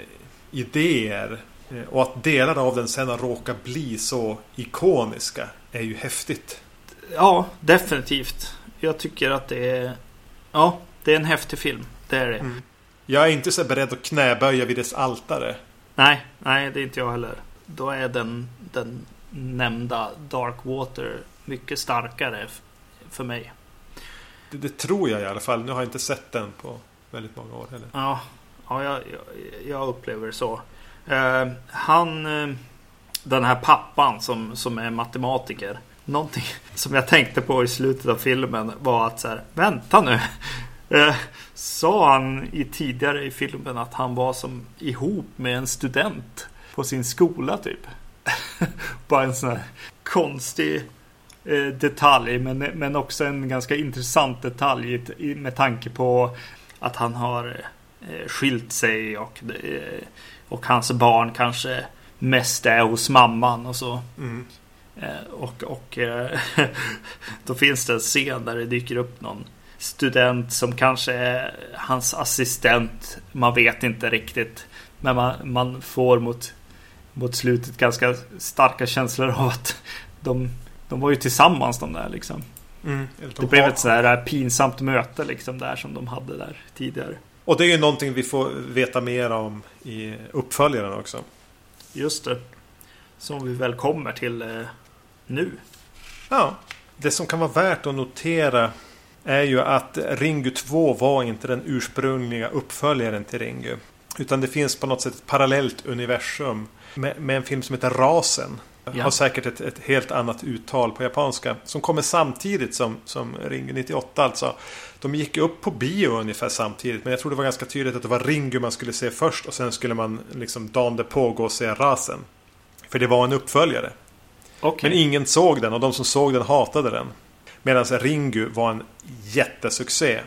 idéer. Eh, och att delar av den sen råkar bli så ikoniska är ju häftigt. Ja, definitivt. Jag tycker att det är, ja, det är en häftig film. Det är det. Mm. Jag är inte så beredd att knäböja vid dess altare. Nej, nej, det är inte jag heller. Då är den, den nämnda Darkwater mycket starkare f- för mig. Det, det tror jag i alla fall. Nu har jag inte sett den på väldigt många år heller. Ja, ja jag, jag, jag upplever det så. Uh, han, uh, den här pappan som, som är matematiker. Någonting som jag tänkte på i slutet av filmen var att så här, vänta nu. Uh, sa han i tidigare i filmen att han var som ihop med en student på sin skola typ. Bara en sån här konstig eh, detalj, men, men också en ganska intressant detalj med tanke på att han har eh, skilt sig och, eh, och hans barn kanske mest är hos mamman och så. Mm. Eh, och och eh, då finns det en scen där det dyker upp någon student som kanske är hans assistent. Man vet inte riktigt, men man, man får mot mot slutet ganska starka känslor av att de, de var ju tillsammans de där liksom. Mm. Det blev ett så här pinsamt möte liksom där som de hade där tidigare. Och det är ju någonting vi får veta mer om i uppföljaren också. Just det. Som vi väl kommer till eh, nu. Ja, det som kan vara värt att notera är ju att Ringu två var inte den ursprungliga uppföljaren till Ringu. Utan det finns på något sätt ett parallellt universum med, med en film som heter Rasen. Ja. Har säkert ett, ett helt annat uttal på japanska. Som kommer samtidigt som, som Ringu nittioåtta alltså. De gick upp på bio ungefär samtidigt. Men jag tror det var ganska tydligt att det var Ringu man skulle se först. Och sen skulle man liksom dagen därpå gå och se Rasen. För det var en uppföljare. Okay. Men ingen såg den och de som såg den hatade den. Medan Ringu var en jättesuccé.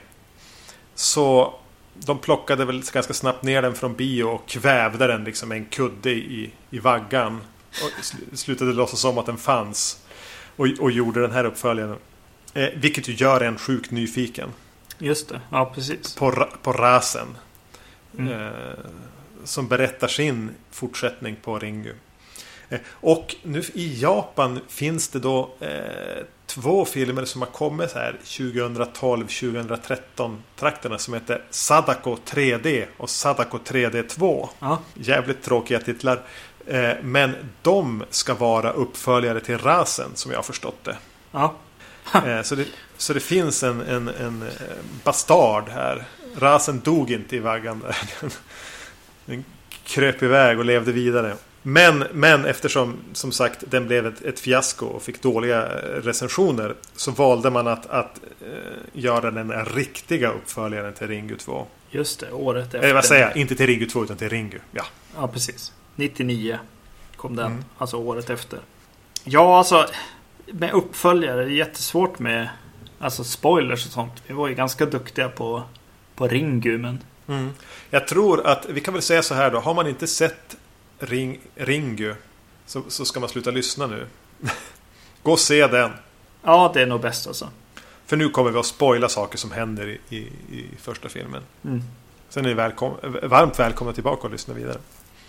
Så de plockade väl ganska snabbt ner den från bio och kvävde den liksom med en kudde i, i vaggan. Och slutade låtsas som att den fanns. Och, och gjorde den här uppföljaren. Eh, vilket ju gör en sjukt nyfiken. Just det, ja precis. På, på Rasen. Mm. Eh, som berättar sin fortsättning på Ringu. Eh, och nu i Japan finns det då eh, två filmer som har kommit här tjugotolv tjugotretton trakterna som heter Sadako tre D och Sadako tre D två. Ja. Jävligt tråkiga titlar. Eh, men de ska vara uppföljare till Rasen som jag har förstått det. Ja. eh, så, det så det finns en, en, en bastard här. Rasen dog inte i vaggan där. Den kröp iväg och levde vidare. Men, men eftersom som sagt den blev ett, ett fiasko och fick dåliga recensioner så valde man att, att eh, göra den riktiga uppföljaren till Ringu två. Just det, året efter. Eller vad säger jag? Inte till Ringu två utan till Ringu. Ja, ja precis. nittionio kom den, mm. alltså året efter. Ja, alltså med uppföljare är det jättesvårt med alltså spoilers och sånt. Vi var ju ganska duktiga på, på Ringu, men... Mm. Jag tror att, vi kan väl säga så här då, har man inte sett Ring, Ringu så, så ska man sluta lyssna nu. Gå och se den. Ja, det är nog bäst alltså. För nu kommer vi att spoila saker som händer i, i, i första filmen. Mm. Sen är ni välkom- varmt välkomna tillbaka och lyssna vidare.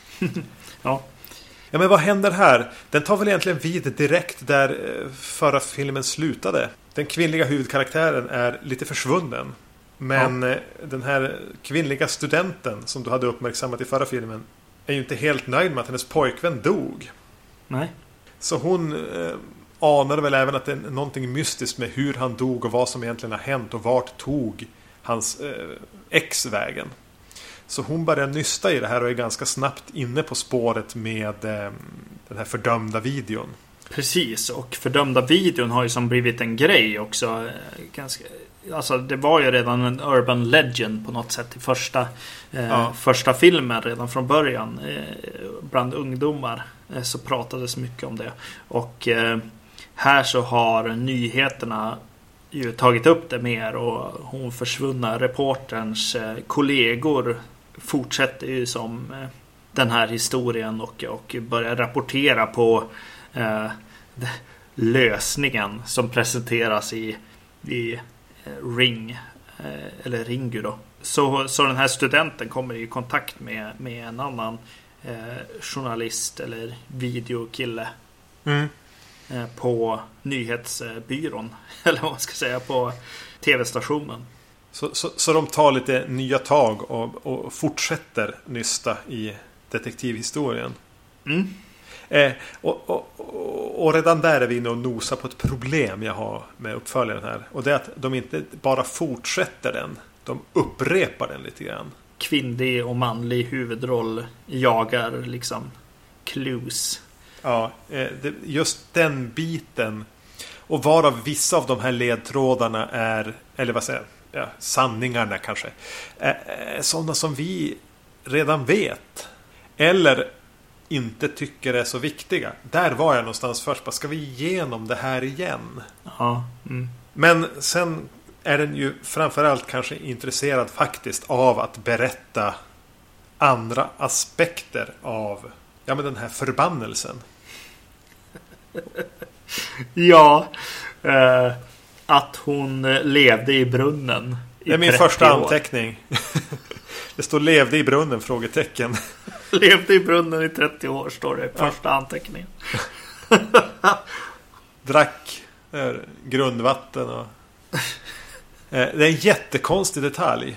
Ja. Ja, men vad händer här? Den tar väl egentligen vid direkt där förra filmen slutade. Den kvinnliga huvudkaraktären är lite försvunnen. Men ja. Den här kvinnliga studenten som du hade uppmärksammat i förra filmen är ju inte helt nöjd med att hennes pojkvän dog. Nej. Så hon eh, anade väl även att det är någonting mystiskt med hur han dog och vad som egentligen har hänt och vart tog hans eh, ex-vägen. Så hon börjar nysta i det här och är ganska snabbt inne på spåret med eh, den här fördömda videon. Precis, och fördömda videon har ju som blivit en grej också. Ganska, alltså det var ju redan en urban legend på något sätt i första, eh, ja. första filmen redan från början. Eh, bland ungdomar eh, så pratades mycket om det. Och eh, här så har nyheterna ju tagit upp det mer och hon försvunna reporterns eh, kollegor fortsätter ju som eh, den här historien och, och börjar rapportera på eh, lösningen som presenteras i, i eh, Ring eh, eller Ringu då. så, så den här studenten kommer i kontakt med, med en annan eh, journalist eller videokille mm. eh, på nyhetsbyrån eller vad man ska säga, på tv-stationen. Så, så, så de tar lite nya tag och, och fortsätter nysta i detektivhistorien. Mm. Eh, och, och, och redan där är vi inne och nosar på ett problem jag har med uppföljaren här. Och det är att de inte bara fortsätter den, de upprepar den lite grann. Kvinnlig och manlig huvudroll jagar liksom clues. Ja, eh, det, just den biten. Och varav vissa av de här ledtrådarna är, eller vad säger jag, ja, sanningarna kanske, är, är sådana som vi redan vet. Eller inte tycker är så viktiga. Där var jag någonstans först. Bara, ska vi igenom det här igen? Ja. Mm. Men sen är den ju framförallt kanske intresserad faktiskt av att berätta andra aspekter av ja, men den här förbannelsen. Ja. Eh, att hon levde i brunnen i det är min första år. Anteckning. Det står levde i brunnen, frågetecken. Levde i brunnen i trettio år, står det. Första ja. Anteckningen. Drack äh, grundvatten. Och... det är en jättekonstig detalj.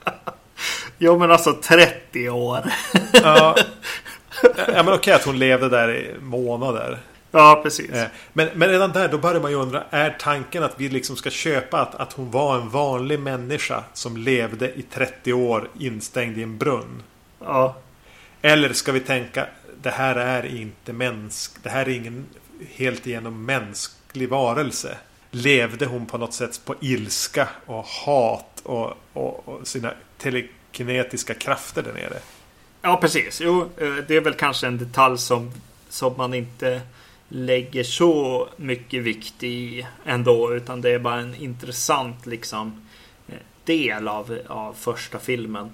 Jo, men alltså trettio år. Ja, ja men okej att hon levde där i månader. Ja, precis. Men, men redan där, då börjar man ju undra, är tanken att vi liksom ska köpa att, att hon var en vanlig människa som levde i trettio år instängd i en brunn? Ja. Eller ska vi tänka, det här är inte mänsk, det här är ingen helt igenom mänsklig varelse. Levde hon på något sätt på ilska och hat och, och, och sina telekinetiska krafter där nere? Ja, precis. Jo, det är väl kanske en detalj som, som man inte lägger så mycket vikt i ändå, utan det är bara en intressant liksom del av, av första filmen.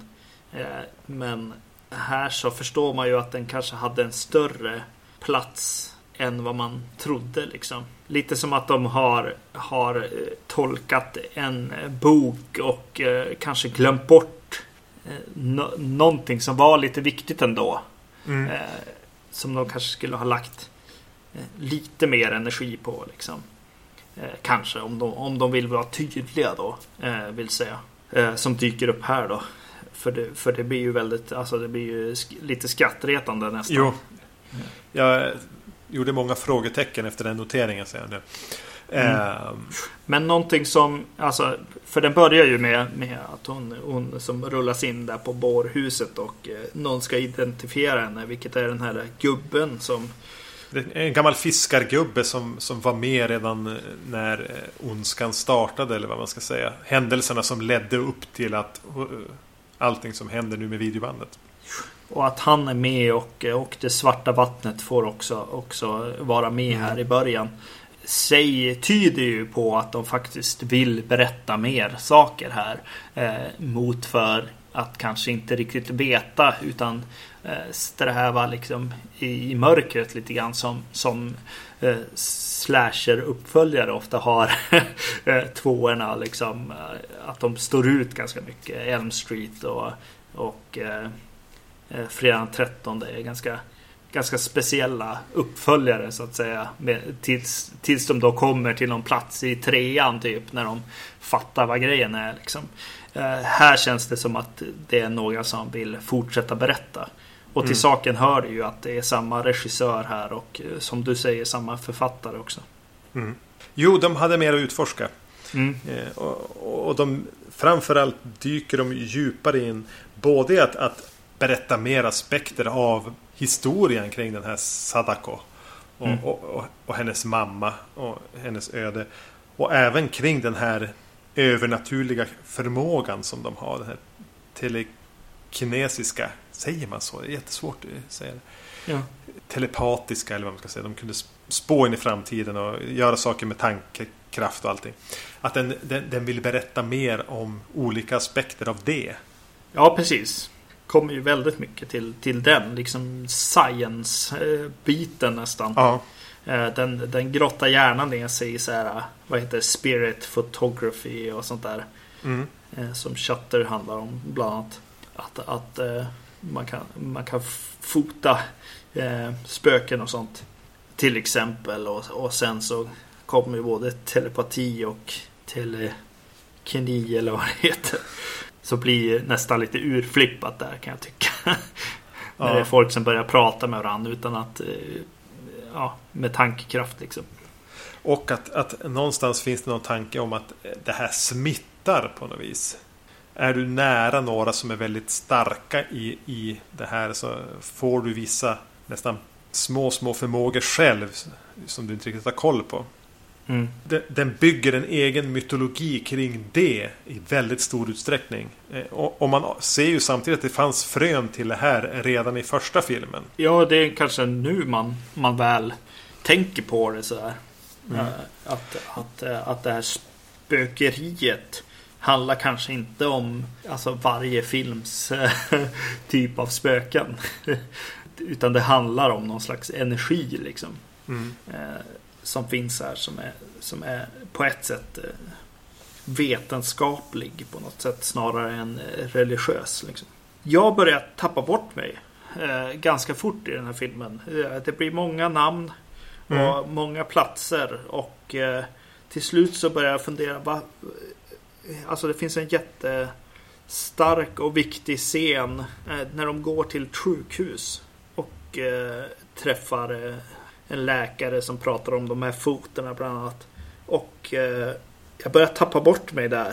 Men här så förstår man ju att den kanske hade en större plats än vad man trodde liksom. Lite som att de har, har tolkat en bok och eh, kanske glömt bort eh, no- någonting som var lite viktigt ändå. Mm. Eh, som de kanske skulle ha lagt eh, lite mer energi på liksom. Eh, kanske om de, om de vill vara tydliga då, eh, vill säga. Eh, som dyker upp här då. För det, för det blir ju väldigt, alltså det blir ju sk- lite skrattretande nästan. Jo. Jag gjorde många frågetecken efter den noteringen, säger jag nu. Mm. Um. Men någonting som, alltså, för den börjar ju med, med att hon, hon som rullas in där på bårhuset och eh, någon ska identifiera henne, vilket är den här gubben som... Det är en gammal fiskargubbe som, som var med redan när ondskan startade, eller vad man ska säga. Händelserna som ledde upp till att uh, allting som händer nu med videobandet. Och att han är med och, och det svarta vattnet får också, också vara med mm. här i början. Säg, tyder ju på att de faktiskt vill berätta mer saker här. Eh, mot för att kanske inte riktigt veta, utan eh, sträva liksom i, i mörkret lite grann som, som eh, slasher-uppföljare ofta har eh, tvåorna liksom, eh, att de står ut ganska mycket. Elm Street och, och eh, Fredag den trettonde är ganska, ganska speciella uppföljare så att säga, med, tills, tills de då kommer till någon plats i trean typ, när de fattar vad grejen är liksom. Uh, här känns det som att det är några som vill fortsätta berätta. Och till mm. saken hör ju att det är samma regissör här och som du säger samma författare också. Mm. Jo, de hade mer att utforska. Mm. Eh, och, och de framförallt dyker de djupare in både att, att berätta mer aspekter av historien kring den här Sadako och, mm. och, och, och hennes mamma och hennes öde, och även kring den här övernaturliga förmågan som de har, den här telekinesiska, säger man så? Det är jättesvårt att säga det. Ja. Telepatiska, eller vad man ska säga. De kunde spå in i framtiden och göra saker med tankekraft och allting. Att den, den, den vill berätta mer om olika aspekter av det. Ja, precis. Kommer ju väldigt mycket till, till den liksom science-biten nästan. Ja. Den, den grottar gärna ner sig i så här, vad heter det, spirit photography och sånt där. Mm. eh, som Shutter handlar om bland annat. Att, att eh, man, kan, man kan fota eh, spöken och sånt till exempel. Och, och sen så kommer ju både telepati och telekini eller vad det heter. Så blir nästan lite urflippat där, kan jag tycka. Ja. När det är folk som börjar prata med varandra utan att, ja, med tankekraft liksom. Och att, att någonstans finns det någon tanke om att det här smittar på något vis. Är du nära några som är väldigt starka i, i det här, så får du vissa nästan små, små förmågor själv som du inte riktigt har koll på. Mm. Den bygger en egen mytologi kring det i väldigt stor utsträckning. Och, och man ser ju samtidigt att det fanns frön till det här redan i första filmen. Ja, det är kanske nu man, man väl tänker på det så här. Mm. Att, att, att det här spökeriet handlar kanske inte om alltså varje films typ av spöken. Utan det handlar om någon slags energi liksom. Mm. Som finns här som är, som är på ett sätt vetenskaplig på något sätt snarare än religiös liksom. Jag börjar tappa bort mig eh, ganska fort i den här filmen. Det blir många namn och mm. många platser och eh, till slut så börjar jag fundera va, alltså det finns en jättestark och viktig scen eh, när de går till ett sjukhus och eh, träffar eh, en läkare som pratar om de här foterna bland annat. Och eh, jag börjar tappa bort mig där.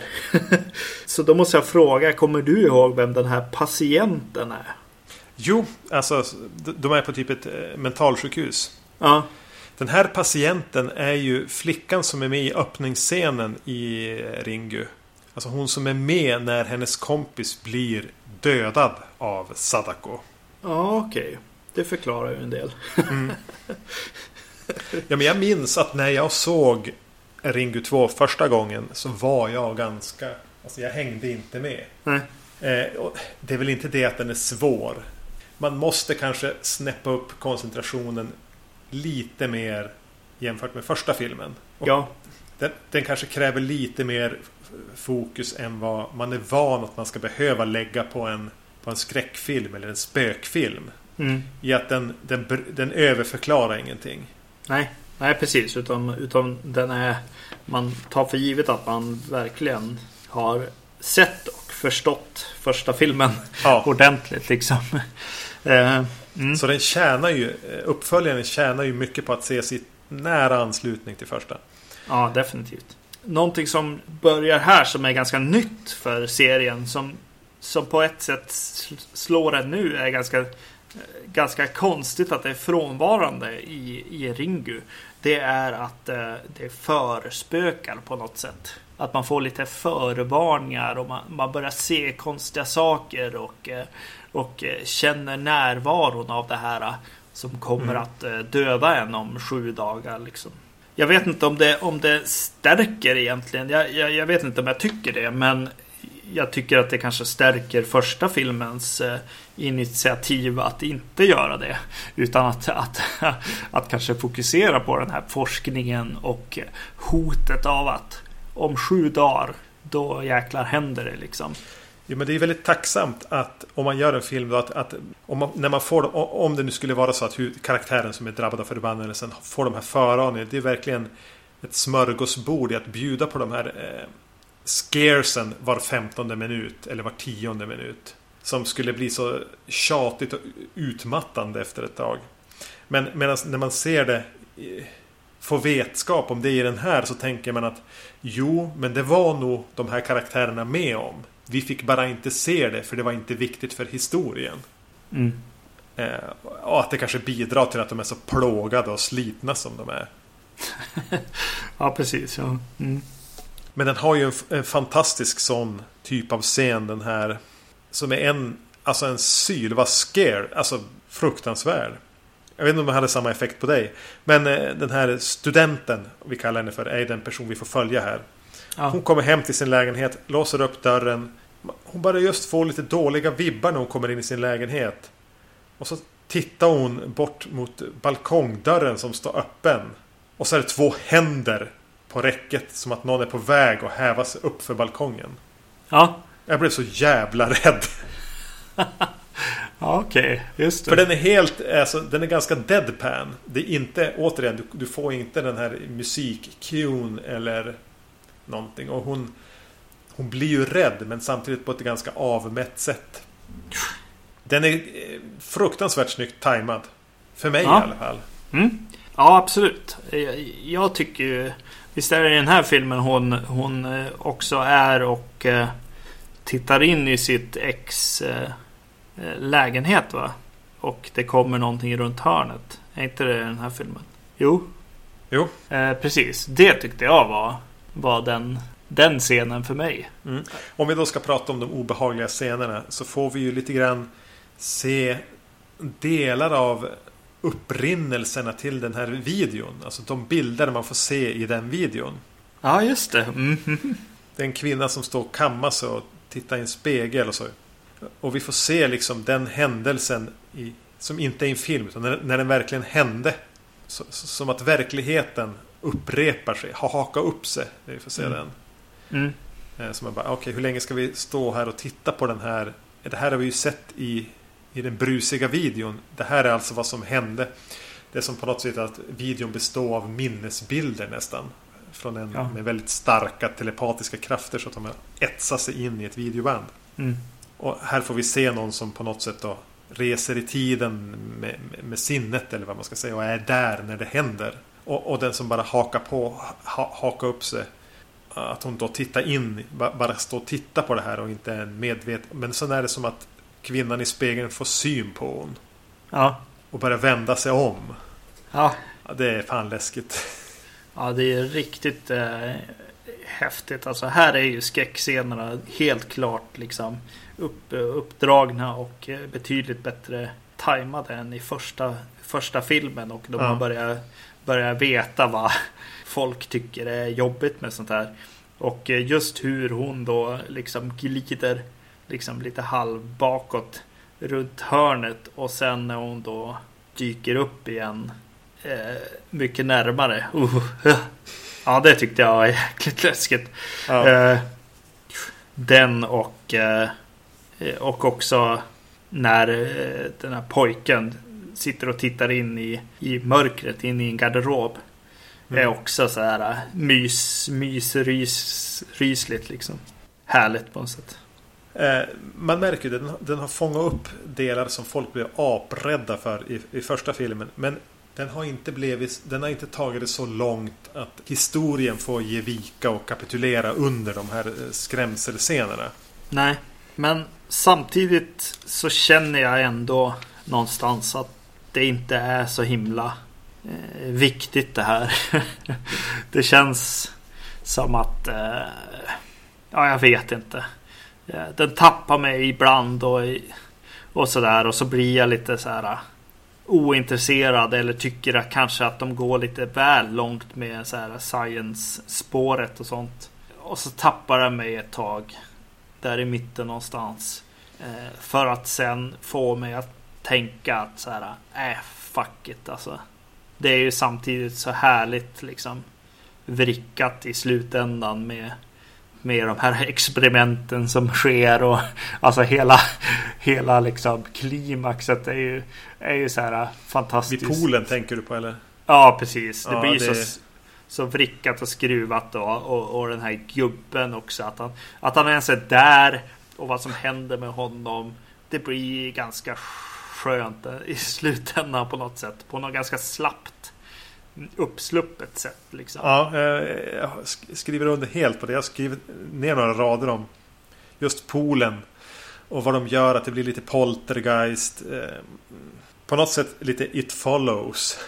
Så då måste jag fråga, kommer du ihåg vem den här patienten är? Jo, alltså de är på typ ett mentalsjukhus. Ja. Den här patienten är ju flickan som är med i öppningsscenen i Ringu. Alltså hon som är med när hennes kompis blir dödad av Sadako. Ja, okej. Okay. Det förklarar ju en del. Mm. Ja, men jag minns att när jag såg Ringu två första gången så var jag ganska... Alltså jag hängde inte med. Nej. Eh, och det är väl inte det att den är svår. Man måste kanske snäppa upp koncentrationen lite mer jämfört med första filmen. Och ja. Den, den kanske kräver lite mer fokus än vad man är van att man ska behöva lägga på en, på en skräckfilm eller en spökfilm. Mm. I att den, den, den överförklarar ingenting. Nej, nej precis. Utan, utan den är, man tar för givet att man verkligen har sett och förstått första filmen ja. ordentligt liksom. eh, mm. Så den tjänar ju, uppföljaren tjänar ju mycket på att se sitt nära anslutning till första. Ja, definitivt. Någonting som börjar här som är ganska nytt för serien som, som på ett sätt slår den nu är ganska ganska konstigt att det är frånvarande i, i Ringu. Det är att eh, det förspökar på något sätt. Att man får lite förvarningar och man, man börjar se konstiga saker och, eh, och eh, känner närvaron av det här eh, som kommer mm. att eh, döda en om sju dagar liksom. Jag vet inte om det, om det stärker egentligen. Jag, jag, jag vet inte om jag tycker det, men jag tycker att det kanske stärker första filmens eh, initiativ att inte göra det. Utan att, att, att kanske fokusera på den här forskningen och hotet av att om sju dagar då jäklar händer det liksom. Jo, men det är väldigt tacksamt att om man gör en film då, att, att om, man, när man får, om det nu skulle vara så att hur, karaktären som är drabbad av förbannelsen får de här föraningarna, det är verkligen ett smörgåsbord i att bjuda på de här eh, scaresen var femtonde minut eller var tionde minut som skulle bli så tjatigt och utmattande efter ett tag. Men medan när man ser det få vetskap om det i den här så tänker man att jo, men det var nog de här karaktärerna med om. Vi fick bara inte se det för det var inte viktigt för historien. Mm. Eh, och att det kanske bidrar till att de är så plågade och slitna som de är. Ja, precis. Ja. Mm. Men den har ju en, en fantastisk sån typ av scen, den här som är en, alltså en sylva scare, alltså fruktansvärd. Jag vet inte om det hade samma effekt på dig. Men eh, den här studenten, vi kallar henne för, är den person vi får följa här. Ja. Hon kommer hem till sin lägenhet, låser upp dörren. Hon bara just får lite dåliga vibbar när hon kommer in i sin lägenhet. Och så tittar hon bort mot balkongdörren som står öppen. Och så är det två händer på räcket som att någon är på väg att häva sig upp för balkongen. Ja. Jag blev så jävla rädd. Ja, okej, okay. Just det. För den är helt, alltså, den är ganska deadpan. Det är inte, återigen, du, du får inte den här musik-cuen eller någonting. Och hon, hon blir ju rädd, men samtidigt på ett ganska avmätt sätt. Den är fruktansvärt snyggt tajmad. För mig ja. i alla fall. Mm. Ja, absolut. Jag, jag tycker ju, visst är det i den här filmen hon, hon också är och eh, tittar in i sitt ex eh, lägenhet, va? Och det kommer någonting runt hörnet. Är inte det den här filmen? Jo. Jo. Eh, precis. Det tyckte jag var, var den, den scenen för mig. Mm. Om vi då ska prata om de obehagliga scenerna så får vi ju lite grann se delar av upprinnelserna till den här videon. Alltså de bilder man får se i den videon. Ja, just det. Mm. Det är en kvinna som står och kammar sig och tittar i en spegel och så. Och vi får se liksom den händelsen i, som inte är en film utan när, när den verkligen hände. Så, som att verkligheten upprepar sig, har hakat upp sig. Vi får se mm. den. Mm. Så man bara, okej, okay, hur länge ska vi stå här och titta på den här? Det här har vi ju sett i, i den brusiga videon. Det här är alltså vad som hände. Det är som på något sätt att videon består av minnesbilder nästan. Från en ja. med väldigt starka telepatiska krafter så att de etsar sig in i ett videoband. Mm. Och här får vi se någon som på något sätt då reser i tiden med, med, med sinnet eller vad man ska säga och är där när det händer. Och, och den som bara hakar på, ha, hakar upp sig. Att hon då tittar in, bara står och tittar på det här och inte är medveten. Men sen är det som att kvinnan i spegeln får syn på hon. Ja. Och börjar vända sig om. Ja. Ja, det är fan läskigt. Ja, det är riktigt eh, häftigt. Alltså här är ju skräckscenerna helt klart liksom upp, uppdragna och betydligt bättre tajmade än i första, första filmen. Och då ja. man börjar, börjar veta vad folk tycker är jobbigt med sånt här. Och just hur hon då liksom glider liksom lite halv bakåt runt hörnet och sen när hon då dyker upp igen eh, mycket närmare. Uh, uh. Ja, det tyckte jag var jäkligt läskigt. Ja. Eh, den och eh, och också när eh, den här pojken sitter och tittar in i, i mörkret in i en garderob. Mm. Är också så här mys, mys, rys, rysligt liksom. Härligt på något sätt. Eh, man märker ju den, den har fångat upp delar som folk blev aprädda för i, i första filmen. Men den har inte blivit, den har inte tagit det så långt att historien får ge vika och kapitulera under de här skrämselscenerna. Nej, men samtidigt så känner jag ändå någonstans att det inte är så himla eh, viktigt det här. Det känns som att eh, ja, jag vet inte. Den tappar mig ibland och, och sådär och så blir jag lite så här ointresserad eller tycker att kanske att de går lite väl långt med så här science-spåret och sånt. Och så tappar jag mig ett tag där i mitten någonstans eh, för att sen få mig att tänka att så här, äh, fuck it alltså. Det är ju samtidigt så härligt liksom vrickat i slutändan med med de här experimenten som sker och alltså hela hela liksom klimaxet är ju är ju så här fantastiskt. Vid poolen tänker du på eller? Ja, precis. Det ja, blir det... så så vrickat och skruvat då, och och den här gubben också att han att han ens är där och vad som händer med honom. Det blir ganska skönt i slutändan på något sätt, på något ganska slappt uppsluppet sätt liksom. Ja, jag skriver under helt på det. Jag skriver ner några rader om just poolen och vad de gör, att det blir lite poltergeist, på något sätt lite It Follows.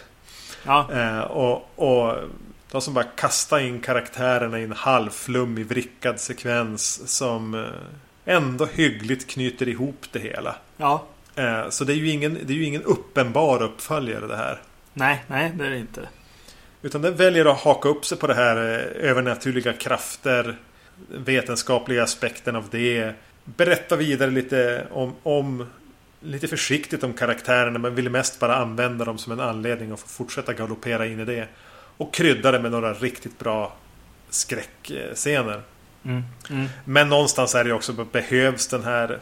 Ja. Och, och de som bara kastar in karaktärerna i en halvflummig vrickad sekvens som ändå hyggligt knyter ihop det hela. Ja. Så det är ju ingen, det är ju ingen uppenbar uppföljare det här. Nej, nej, det är det inte. Utan den väljer att haka upp sig på det här övernaturliga krafter, vetenskapliga aspekten av det. Berätta vidare lite om, om lite försiktigt om karaktärerna, men vill mest bara använda dem som en anledning att få fortsätta galoppera in i det. Och krydda det med några riktigt bra skräckscener. Mm. Mm. Men någonstans är det också, behövs den här,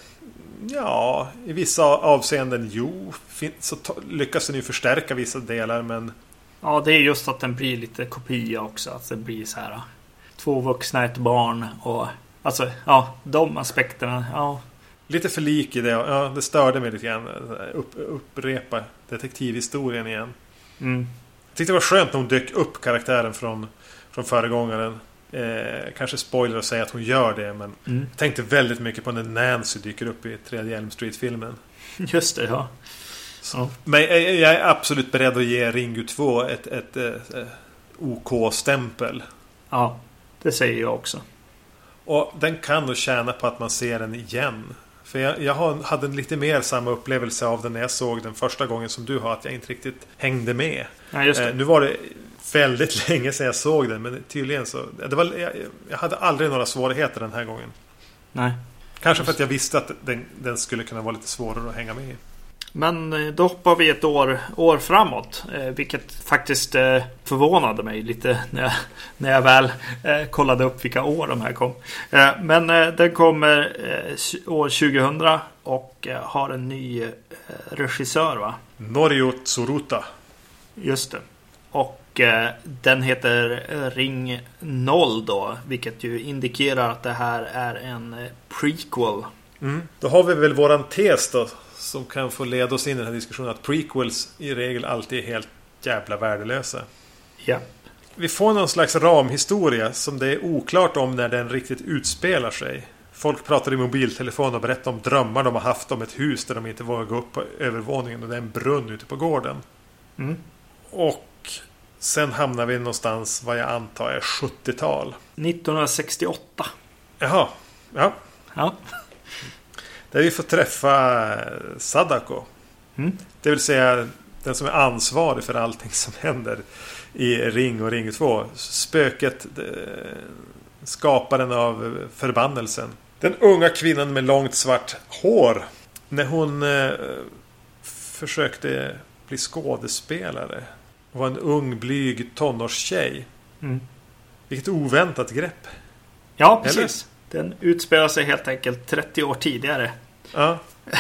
ja, i vissa avseenden, jo, så lyckas den ju förstärka vissa delar, men ja, det är just att den blir lite kopia också, att det blir så här två vuxna, ett barn och alltså, ja, de aspekterna, ja. Lite för lik i det, ja, det störde mig lite grann, upp, upprepa detektivhistorien igen. Mm. Jag tyckte det var skönt när hon dök upp karaktären från, från föregångaren. Eh, kanske spoiler att säga att hon gör det, men mm. jag tänkte väldigt mycket på när Nancy dyker upp i tredje Elm Street-filmen. Just det, ja. Så. Men jag, jag är absolut beredd att ge Ringu två ett, ett, ett, ett OK-stämpel. Ja, det säger jag också. Och den kan nog tjäna på att man ser den igen. För jag, jag hade lite mer samma upplevelse av den när jag såg den första gången som du har, att jag inte riktigt hängde med. Ja, just det. Eh, nu var det väldigt länge sedan jag såg den, men tydligen så det var, jag, jag hade aldrig några svårigheter den här gången. Nej. Kanske för att jag visste att den, den skulle kunna vara lite svårare att hänga med i. Men då hoppar vi ett år, år framåt, eh, vilket faktiskt eh, förvånade mig lite när jag, när jag väl eh, kollade upp vilka år de här kom. Eh, men eh, den kommer eh, år tjugohundra och eh, har en ny eh, regissör, va? Norio Tsuruta. Just det. Och eh, den heter Ring noll då, vilket ju indikerar att det här är en eh, prequel. Mm. Då har vi väl våran tes då, som kan få leda oss in i den här diskussionen, att prequels i regel alltid är helt jävla värdelösa. Ja. Vi får någon slags ramhistoria som det är oklart om när den riktigt utspelar sig. Folk pratar i mobiltelefon och berättar om drömmar de har haft om ett hus där de inte vågar gå upp på övervåningen och det är en brunn ute på gården. Mm. Och sen hamnar vi någonstans vad jag antar är sjuttiotal. nittonhundrasextioåtta. Jaha, ja. Ja. Där vi får träffa Sadako. Mm. Det vill säga den som är ansvarig för allting som händer i Ring och Ring två. Spöket, skaparen av förbannelsen. Den unga kvinnan med långt svart hår. När hon eh, försökte bli skådespelare. Och var en ung, blyg tonårstjej. Mm. Vilket oväntat grepp. Ja, precis. Eller? Den utspelar sig helt enkelt trettio år tidigare. Ja.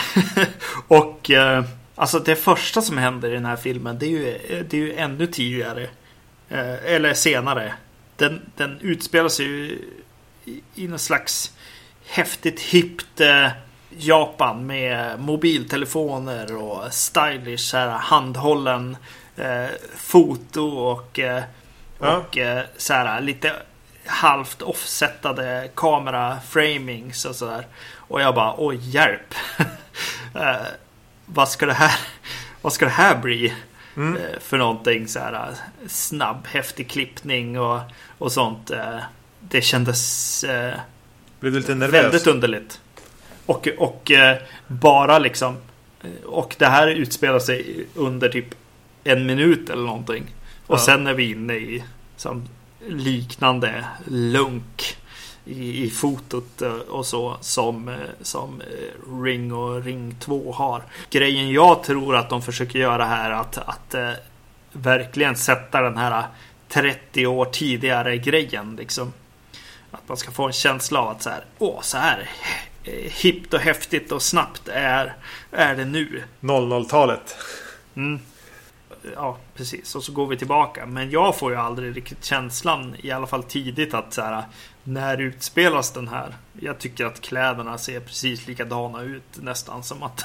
Och eh, alltså det första som händer i den här filmen, det är ju, det är ju ännu tidigare. Eh, eller senare. Den, den utspelar sig ju i, i någon slags häftigt hippt eh, Japan med mobiltelefoner och stylish så här, handhållen eh, foto och, eh, ja. och eh, så här, lite halvt offsetade kameraframings och sådär. Och jag bara, oj hjälp. eh, vad ska det här vad ska det här bli mm. eh, för någonting så här snabb, häftig klippning och, och sånt. Eh, det kändes eh, blev du lite nervös? Väldigt underligt. Och, och eh, bara liksom och det här utspelar sig under typ en minut eller någonting. Och ja. Sen är vi inne i som liknande lunk i, i fotot och så som, som Ring och Ring två har. Grejen jag tror att de försöker göra här att, att äh, verkligen sätta den här trettio år tidigare grejen liksom. Att man ska få en känsla av att så här, åh, så här hippt och häftigt och snabbt är, är det nu. noll noll-talet. Mm. Ja, precis. Och så går vi tillbaka. Men jag får ju aldrig riktigt känslan, i alla fall tidigt, att så här, när utspelas den här? Jag tycker att kläderna ser precis likadana ut nästan som att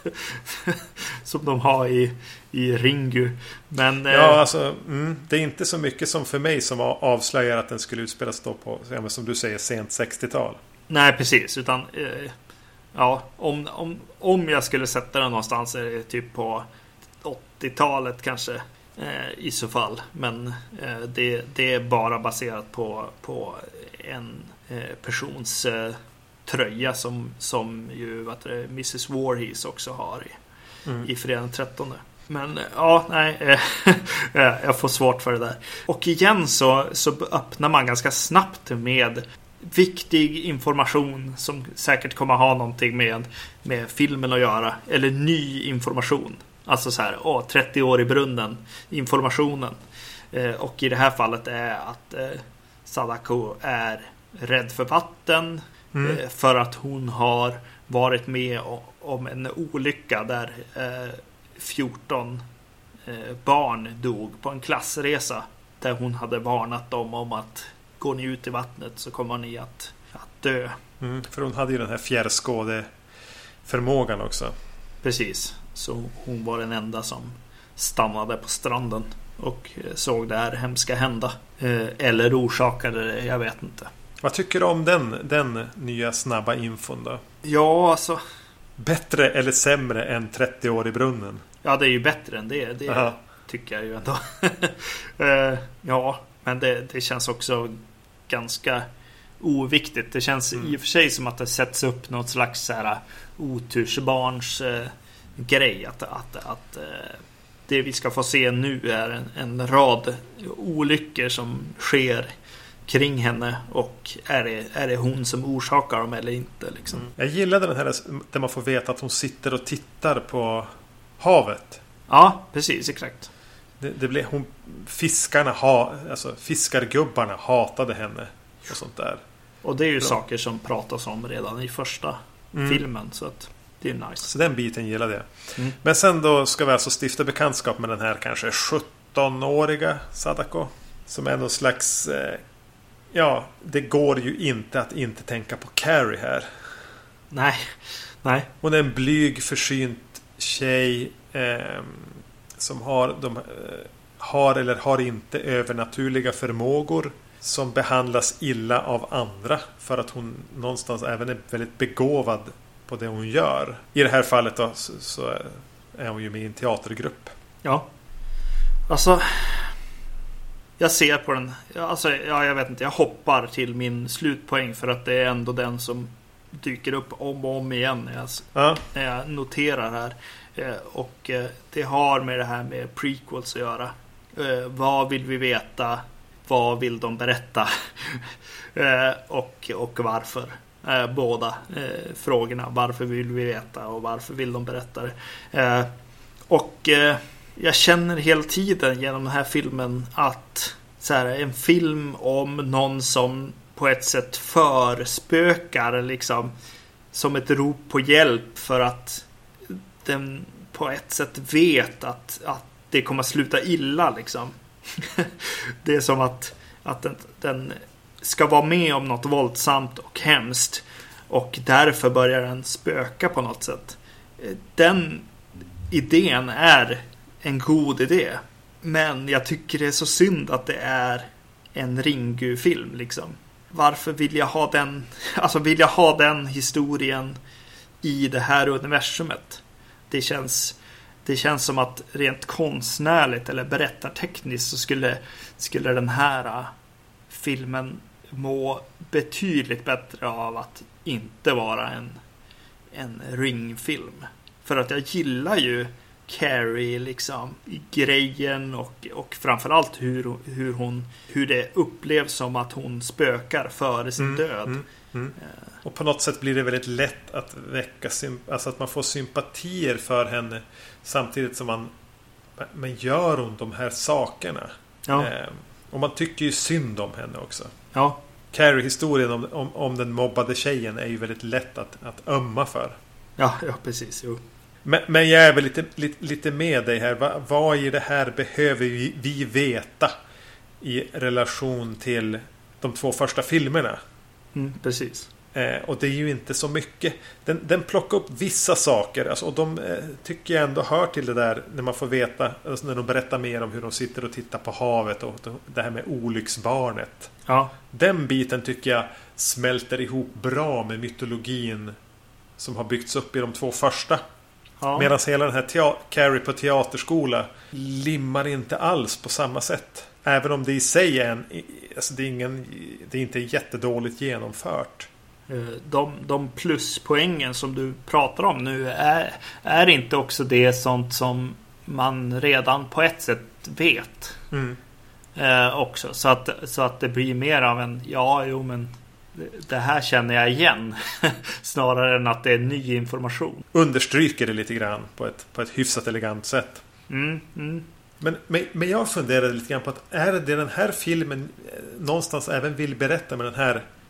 som de har i, i Ringu. Men, ja, eh, alltså mm, det är inte så mycket som för mig som avslöjar att den skulle utspelas då på, som du säger, sent sextiotal. Nej, precis. Utan eh, ja, om, om, om jag skulle sätta den någonstans är det typ på åttiotalet kanske eh, i så fall. Men eh, det, det är bara baserat på, på en eh, persons eh, tröja som, som ju vad det, missus Voorhees också har i, mm. i fredagen trettonde. Men ja, nej, eh, jag får svårt för det där. Och igen så, så öppnar man ganska snabbt med viktig information som säkert kommer ha någonting med, med filmen att göra. Eller ny information. Alltså så här, åh, trettio år i brunnen. Informationen. Eh, och i det här fallet är att eh, Sadako är rädd för vatten. Mm. Eh, för att hon har varit med om en olycka där eh, fjorton eh, barn dog på en klassresa. Där hon hade varnat dem om att går ni ut i vattnet så kommer ni att, att dö. Mm, för hon hade ju den här fjärrskåde förmågan också. Precis, så hon var den enda som stannade på stranden och såg det här hemska hända. Eh, eller orsakade det, jag vet inte. Vad tycker du om den, den nya snabba infon då? Ja, alltså... Bättre eller sämre än trettio år i brunnen? Ja, det är ju bättre än det. Det Aha. tycker jag ju ändå. eh, ja, men det, det känns också ganska oviktigt. Det känns mm. i och för sig som att det sätts upp något slags så här otursbarns eh, grej. Att, att, att eh, det vi ska få se nu är en, en rad olyckor som sker kring henne, och är det, är det hon som orsakar dem eller inte liksom. Mm. Jag gillade den här där man får veta att hon sitter och tittar på havet. Ja, precis, exakt. Det, det blev, hon, fiskarna ha, alltså fiskargubbarna hatade henne och sånt där. Och det är ju Bra. saker som pratas om redan i första mm. filmen, så att det är nice. Så den biten gillade jag. Mm. Men sen då ska vi alltså stifta bekantskap med den här kanske sjuttonåriga Sadako, som är någon slags eh, ja, det går ju inte att inte tänka på Carrie här. Nej, nej. Hon är en blyg, försynt tjej eh, som har, de, eh, har eller har inte övernaturliga förmågor, som behandlas illa av andra för att hon någonstans även är väldigt begåvad på det hon gör. I det här fallet då, så, så är hon ju med i en teatergrupp. Ja, alltså... Jag ser på den, alltså, ja, jag vet inte, jag hoppar till min slutpoäng för att det är ändå den som dyker upp om och om igen när jag, ja. när jag noterar här. Eh, och eh, det har med det här med prequels att göra. Eh, vad vill vi veta? Vad vill de berätta? eh, och, och varför? Eh, båda eh, frågorna. Varför vill vi veta och varför vill de berätta det? Eh, och... Eh, Jag känner hela tiden genom den här filmen att så här, en film om någon som på ett sätt förspökar liksom, som ett rop på hjälp, för att den på ett sätt vet att, att det kommer att sluta illa liksom. Det är som att, att den, den ska vara med om något våldsamt och hemskt, och därför börjar den spöka på något sätt. Den idén är en god idé, men jag tycker det är så synd att det är en Ringu-film liksom. Varför vill jag ha den, alltså vill jag ha den historien i det här universumet? Det känns det känns som att rent konstnärligt eller berättartekniskt så skulle skulle den här filmen må betydligt bättre av att inte vara en en Ring-film. För att jag gillar ju Carrie liksom i grejen, och, och framförallt hur, hur hon hur det upplevs som att hon spökar före sin mm, död. Mm, mm. Och på något sätt blir det väldigt lätt att väcka alltså att man får sympatier för henne samtidigt som man, man gör hon de här sakerna. Ja. Eh, och man tycker ju synd om henne också. Ja. Carrie-historien om, om, om den mobbade tjejen är ju väldigt lätt att, att ömma för. Ja, ja precis. Jo. Men, men jag är väl lite, lite, lite med dig här. Va, vad i det här behöver vi, vi veta i relation till de två första filmerna? Mm, precis. Eh, och det är ju inte så mycket. Den, den plockar upp vissa saker. Alltså, och de eh, tycker jag ändå hör till det där när man får veta, alltså när de berättar mer om hur de sitter och tittar på havet och det här med olycksbarnet. Ja. Den biten tycker jag smälter ihop bra med mytologin som har byggts upp i de två första. Ja. Medan hela den här tea- Carrie på teaterskola limmar inte alls på samma sätt. Även om det i sig är en, alltså det är ingen, det är inte jättedåligt genomfört. De, de pluspoängen som du pratar om nu är, är inte också det sånt som man redan på ett sätt vet. Mm. Eh, också. Så att, så att det blir mer av en ja, jo men det här känner jag igen snarare än att det är ny information. Understryker det lite grann på ett, på ett hyfsat elegant sätt. Mm, mm. Men, men, men jag funderade lite grann på att är det den här filmen någonstans även vill berätta med den här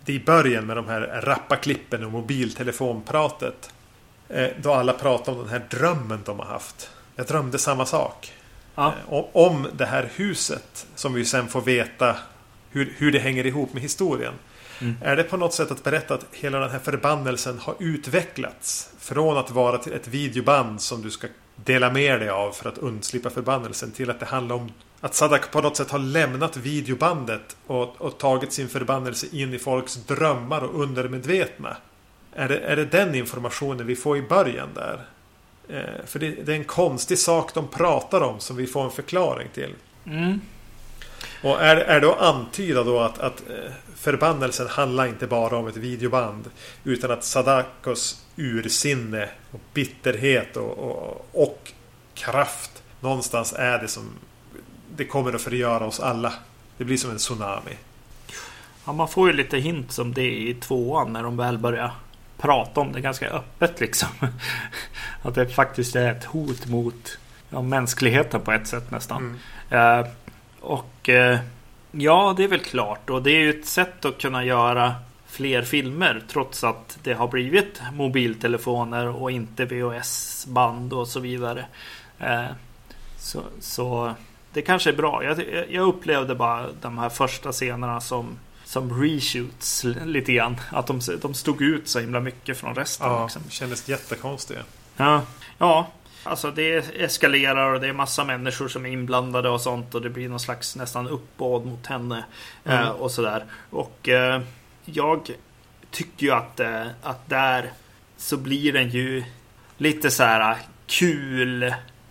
det i början med de här rappa klippen och mobiltelefonpratet. Eh, då alla pratar om den här drömmen de har haft. Jag drömde samma sak. Ja. Eh, om det här huset som vi sen får veta hur, hur det hänger ihop med historien. Mm. Är det på något sätt att berätta att hela den här förbannelsen har utvecklats från att vara till ett videoband som du ska dela med dig av för att undslippa förbannelsen till att det handlar om att Sadako på något sätt har lämnat videobandet och, och tagit sin förbannelse in i folks drömmar och undermedvetna. Är det, är det den informationen vi får i början där? Eh, för det, det är en konstig sak de pratar om som vi får en förklaring till. Mm. Och är, är då antyda då att, att förbannelsen handlar inte bara om ett videoband utan att Sadakos ursinne och bitterhet och, och, och kraft någonstans är det som det kommer att förgöra oss alla. Det blir som en tsunami. Ja, man får ju lite hint som det i tvåan när de väl börjar prata om det ganska öppet liksom. Att det faktiskt är ett hot mot ja, mänskligheten på ett sätt nästan. Mm. Uh, och uh, ja, det är väl klart. Och det är ju ett sätt att kunna göra fler filmer trots att det har blivit mobiltelefoner och inte V H S-band och så vidare. Uh, så, så det kanske är bra. Jag, jag upplevde bara de här första scenerna som som reshoots lite grann. Att de, de stod ut så himla mycket från resten. Ja, liksom. Kändes jättekonstiga. Ja, ja. Alltså det eskalerar och det är massa människor som är inblandade och sånt. Och det blir någon slags nästan uppbåd mot henne. Mm. Eh, och sådär. Och eh, jag tycker ju att, eh, att där så blir den ju lite så här kul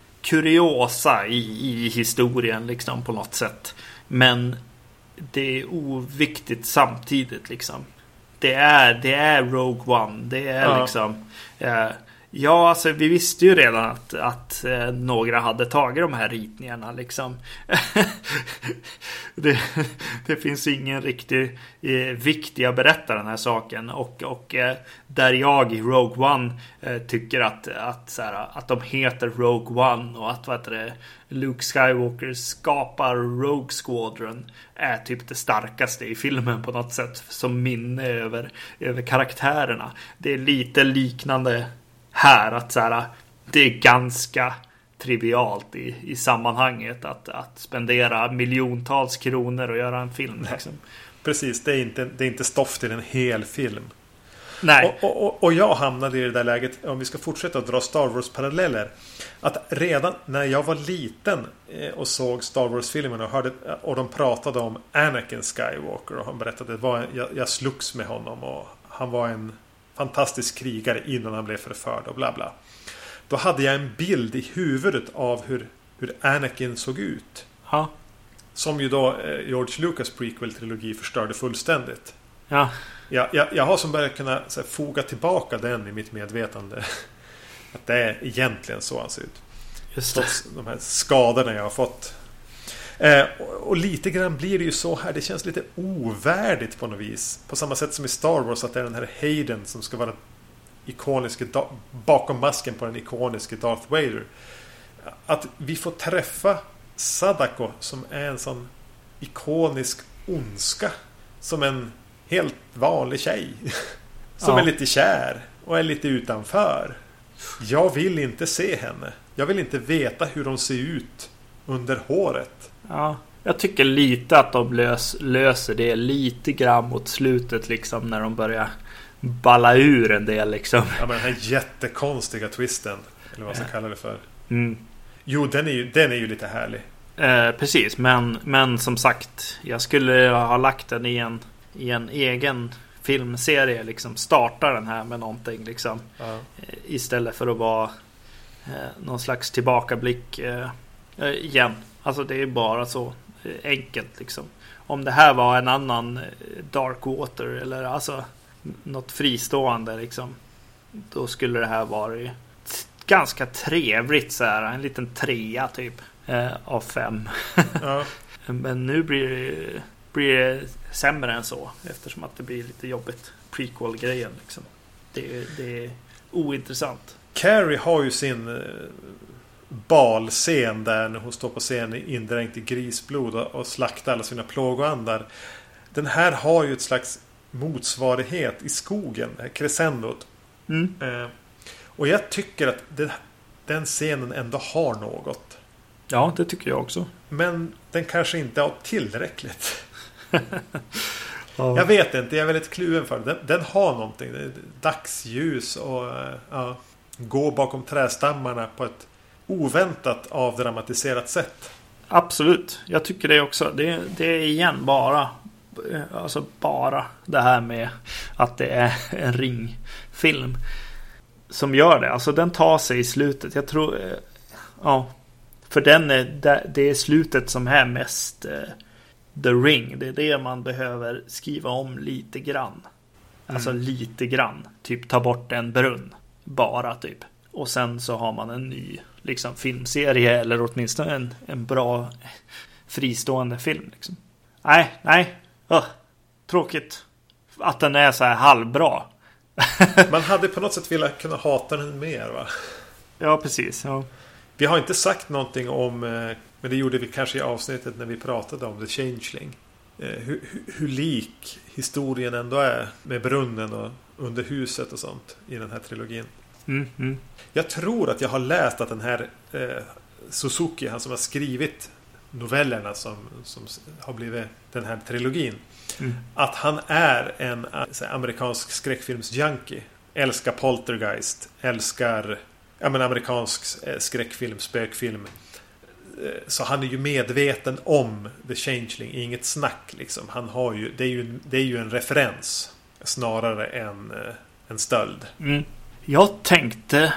kuriosa i, i historien liksom på något sätt. Men det är oviktigt samtidigt liksom. Det är, det är Rogue One. Det är ja. liksom eh, ja, alltså vi visste ju redan att, att eh, några hade tagit de här ritningarna liksom. det, det finns ingen riktig eh, viktig att berätta den här saken. Och, och eh, där jag i Rogue One eh, tycker att, att, så här, att de heter Rogue One och att vad heter det, Luke Skywalker skapar Rogue Squadron är typ det starkaste i filmen på något sätt som minne över, över karaktärerna. Det är lite liknande här att så här, det är ganska trivialt i, i sammanhanget att, att spendera miljontals kronor och göra en film liksom. Precis, det är inte, det är inte stoff till en hel film. Nej. Och, och, och jag hamnade i det där läget, om vi ska fortsätta att dra Star Wars-paralleller, att redan när jag var liten och såg Star Wars-filmen och, hörde, och de pratade om Anakin Skywalker och han berättade att var, jag, jag slogs med honom och han var en fantastisk krigare innan han blev förförd och bla bla. Då hade jag en bild i huvudet av hur, hur Anakin såg ut. Ja. Som ju då eh, George Lucas prequel-trilogi förstörde fullständigt. Ja. Jag, jag, jag har som börjat kunna så här, foga tillbaka den i mitt medvetande. Att det är egentligen så han ser ut. Just det. Trots de här skadorna jag har fått. Eh, och, och lite grann blir det ju så här. Det känns lite ovärdigt på något vis. På samma sätt som i Star Wars att det är den här Hayden som ska vara ikoniska bakom masken på den ikoniska Darth Vader. Att vi får träffa Sadako som är en sån ikonisk ondska. Som en helt vanlig tjej. Som ja. är lite kär och är lite utanför. Jag vill inte se henne. Jag vill inte veta hur de ser ut under håret. Ja, jag tycker lite att de lös, löser det lite grann mot slutet liksom när de börjar balla ur en del liksom. Ja, men den här jättekonstiga twisten eller vad man ska kalla det för. Mm. Jo, den är ju, den är ju lite härlig. Eh, precis, men, men som sagt jag skulle ha lagt den i en, i en egen filmserie liksom, starta den här med någonting liksom. Ja. Eh, istället för att vara eh, någon slags tillbakablick eh, igen. Alltså det är bara så eh, enkelt liksom. Om det här var en annan eh, Darkwater eller alltså något fristående liksom, då skulle det här vara t- ganska trevligt så här, en liten trea typ eh, av fem. Ja. Men nu blir det, blir det sämre än så eftersom att det blir lite jobbigt prequel-grejen liksom. Det, det är ointressant. Carrie har ju sin eh, balscen där när hon står på scen indränkt i grisblod och, och slaktar alla sina plågoandar. Den här har ju ett slags motsvarighet i skogen, det här crescendot. Mm. Eh, och jag tycker att det, den scenen ändå har något. Ja, det tycker jag också. Men den kanske inte har tillräckligt. Ja. Jag vet inte, jag är väldigt kluven för det. Den, den har någonting. Det är dagsljus och ja, gå bakom trästammarna på ett oväntat avdramatiserat sätt. Absolut, jag tycker det också. Det, det är igen bara alltså bara det här med att det är en ringfilm som gör det. Alltså den tar sig i slutet. Jag tror ja, för den är det är slutet som är mest uh, The Ring. Det är det man behöver skriva om lite grann. Alltså mm. lite grann. Typ ta bort en brunn. Bara typ. Och sen så har man en ny liksom filmserie eller åtminstone en, en bra fristående film liksom. Nej, nej. Uh, tråkigt att den är så här halvbra. Man hade på något sätt velat kunna hata den mer, va? Ja, precis. Ja. Vi har inte sagt någonting om, men det gjorde vi kanske i avsnittet när vi pratade om The Changeling. Hur, hur, hur lik historien ändå är med brunnen och under huset och sånt i den här trilogin. Mm, mm. Jag tror att jag har läst att den här eh, Suzuki, han som har skrivit novellerna som, som har blivit den här trilogin, mm. att han är en alltså, amerikansk skräckfilmsjunkie. Älskar Poltergeist, älskar ja, men, amerikansk eh, skräckfilm, spökfilm. Eh, så han är ju medveten om The Changeling, inget snack liksom. Han har ju, det är ju, det är ju en referens snarare än eh, en stöld. Mm. Jag tänkte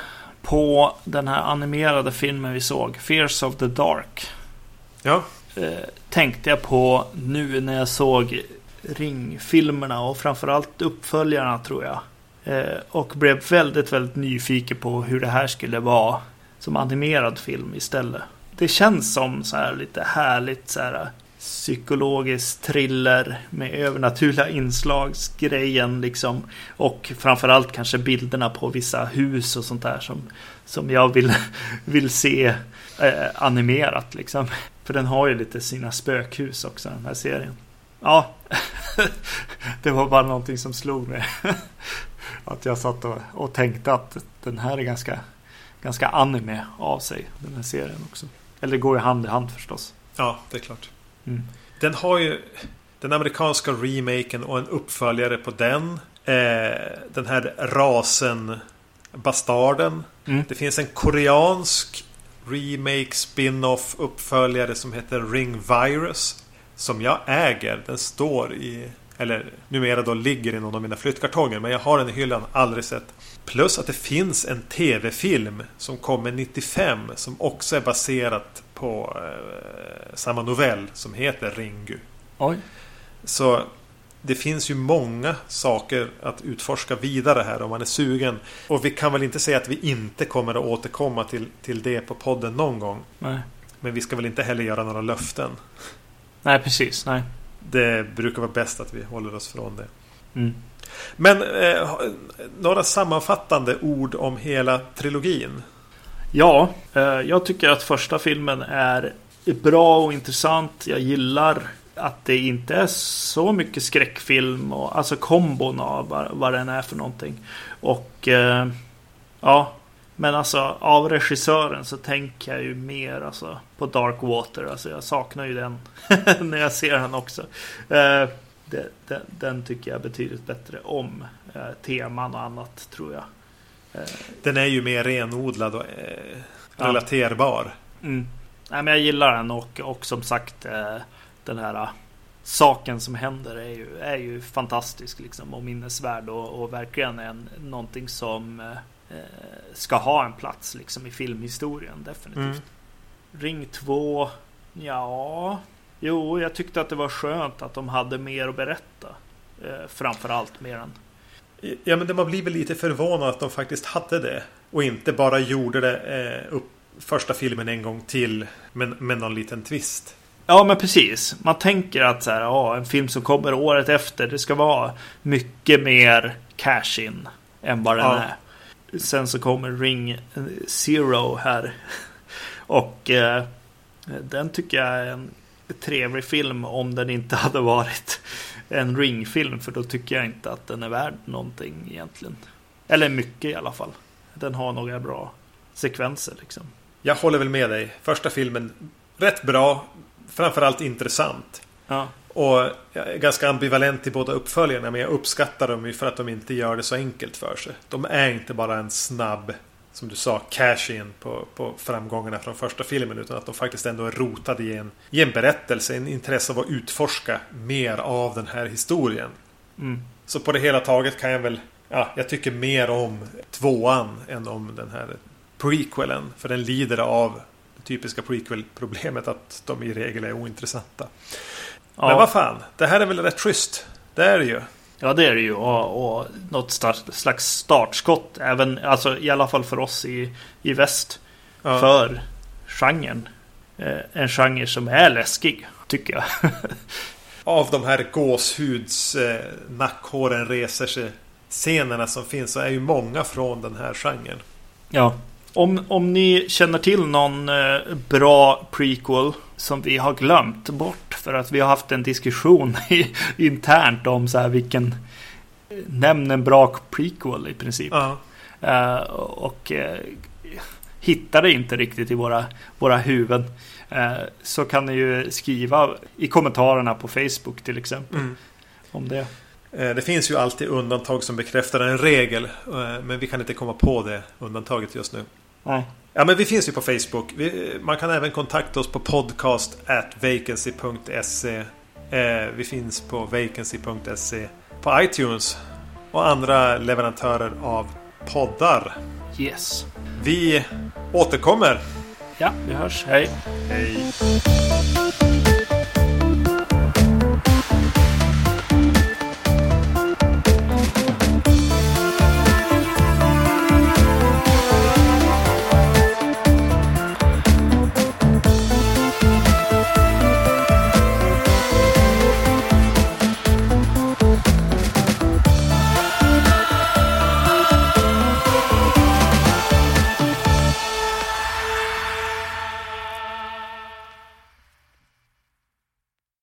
på den här animerade filmen vi såg, Fears of the Dark. Ja. Eh, tänkte jag på nu när jag såg Ringfilmerna och framförallt uppföljarna tror jag. Eh, och blev väldigt, väldigt nyfiken på hur det här skulle vara som animerad film istället. Det känns som så här lite härligt så här psykologisk thriller med övernaturliga inslagsgrejen liksom, och framförallt kanske bilderna på vissa hus och sånt där som, som jag vill, vill se eh, animerat liksom. För den har ju lite sina spökhus också, den här serien. Ja, det var bara någonting som slog mig. Att jag satt och, och tänkte att den här är ganska, ganska anime av sig, den här serien också. Eller det går ju hand i hand förstås. Ja, det är klart. Mm. Den har ju den amerikanska remaken och en uppföljare på den. Eh, den här rasen Bastarden. Mm. Det finns en koreansk remake, spin-off, uppföljare som heter Ring Virus. Som jag äger. Den står i, eller numera då ligger i någon av mina flyttkartonger. Men jag har den i hyllan, aldrig sett. Plus att det finns en tv-film som kommer nittiofem som också är baserat på eh, samma novell som heter Ringu. Oj. Så det finns ju många saker att utforska vidare här om man är sugen. Och vi kan väl inte säga att vi inte kommer att återkomma till, till det på podden någon gång. Nej. Men vi ska väl inte heller göra några löften. Nej, precis. Nej. Det brukar vara bäst att vi håller oss från det. Mm. Men eh, några sammanfattande ord om hela trilogin. Ja, eh, jag tycker att första filmen är bra och intressant. Jag gillar att det inte är så mycket skräckfilm och alltså kombon av vad, vad den är för någonting. Och eh, ja, men alltså av regissören så tänker jag ju mer alltså på Dark Water. Alltså jag saknar ju den när jag ser den också. Eh, det, den, den tycker jag betydligt bättre om eh, teman och annat tror jag. Eh, den är ju mer renodlad och eh, relaterbar. Ja. Mm. Nej, men jag gillar den och, och som sagt eh, den här uh, saken som händer är ju, är ju fantastisk liksom, och minnesvärd och, och verkligen en, någonting som eh, ska ha en plats liksom, i filmhistorien definitivt. Mm. Ring två, ja, jo, jag tyckte att det var skönt att de hade mer att berätta, eh, framförallt mer än. Ja, men man blir väl lite förvånad att de faktiskt hade det och inte bara gjorde det eh, upp första filmen en gång till med, med någon liten twist. Ja, men precis. Man tänker att så här, ja, en film som kommer året efter, det ska vara mycket mer cash in än vad den ja. är. Sen så kommer Ring Zero här. Och eh, den tycker jag är en trevlig film om den inte hade varit en Ring-film, för då tycker jag inte att den är värd någonting egentligen. Eller mycket i alla fall. Den har några bra sekvenser liksom. Jag håller väl med dig. Första filmen rätt bra, framförallt intressant. Ja. Och jag är ganska ambivalent i båda uppföljarna, men jag uppskattar dem för att de inte gör det så enkelt för sig. De är inte bara en snabb, som du sa, cash-in på, på framgångarna från första filmen, utan att de faktiskt ändå är rotade i en, i en berättelse, en intresse av att utforska mer av den här historien. Mm. Så på det hela taget kan jag väl, ja, jag tycker mer om tvåan än om den här prequelen, för den lider av det typiska prequel-problemet att de i regel är ointressanta. Ja. Men vad fan, det här är väl rätt schysst. Det är det ju. Ja, det är det ju. Och, och något slags startskott, även, alltså, i alla fall för oss i, i väst, ja. För genren. Eh, en genre som är läskig, tycker jag. Av de här gåshuds eh, nackhåren reser sig scenerna som finns, så är ju många från den här genren. Ja. Om, om ni känner till någon eh, bra prequel som vi har glömt bort, för att vi har haft en diskussion i, internt om så här vilken, nämn en bra prequel i princip. Uh-huh. Uh, och uh, hittar det inte riktigt i våra, våra huvuden, uh, så kan ni ju skriva i kommentarerna på Facebook till exempel. Mm. Om det. Det finns ju alltid undantag som bekräftar en regel, men vi kan inte komma på det undantaget just nu. Nej. Ja, men vi finns ju på Facebook. Vi, man kan även kontakta oss på podcast at vacancy punkt se. Eh, vi finns på vacancy punkt se, på iTunes och andra leverantörer av poddar. Yes. Vi återkommer. Ja, vi hörs. Hej. Hej.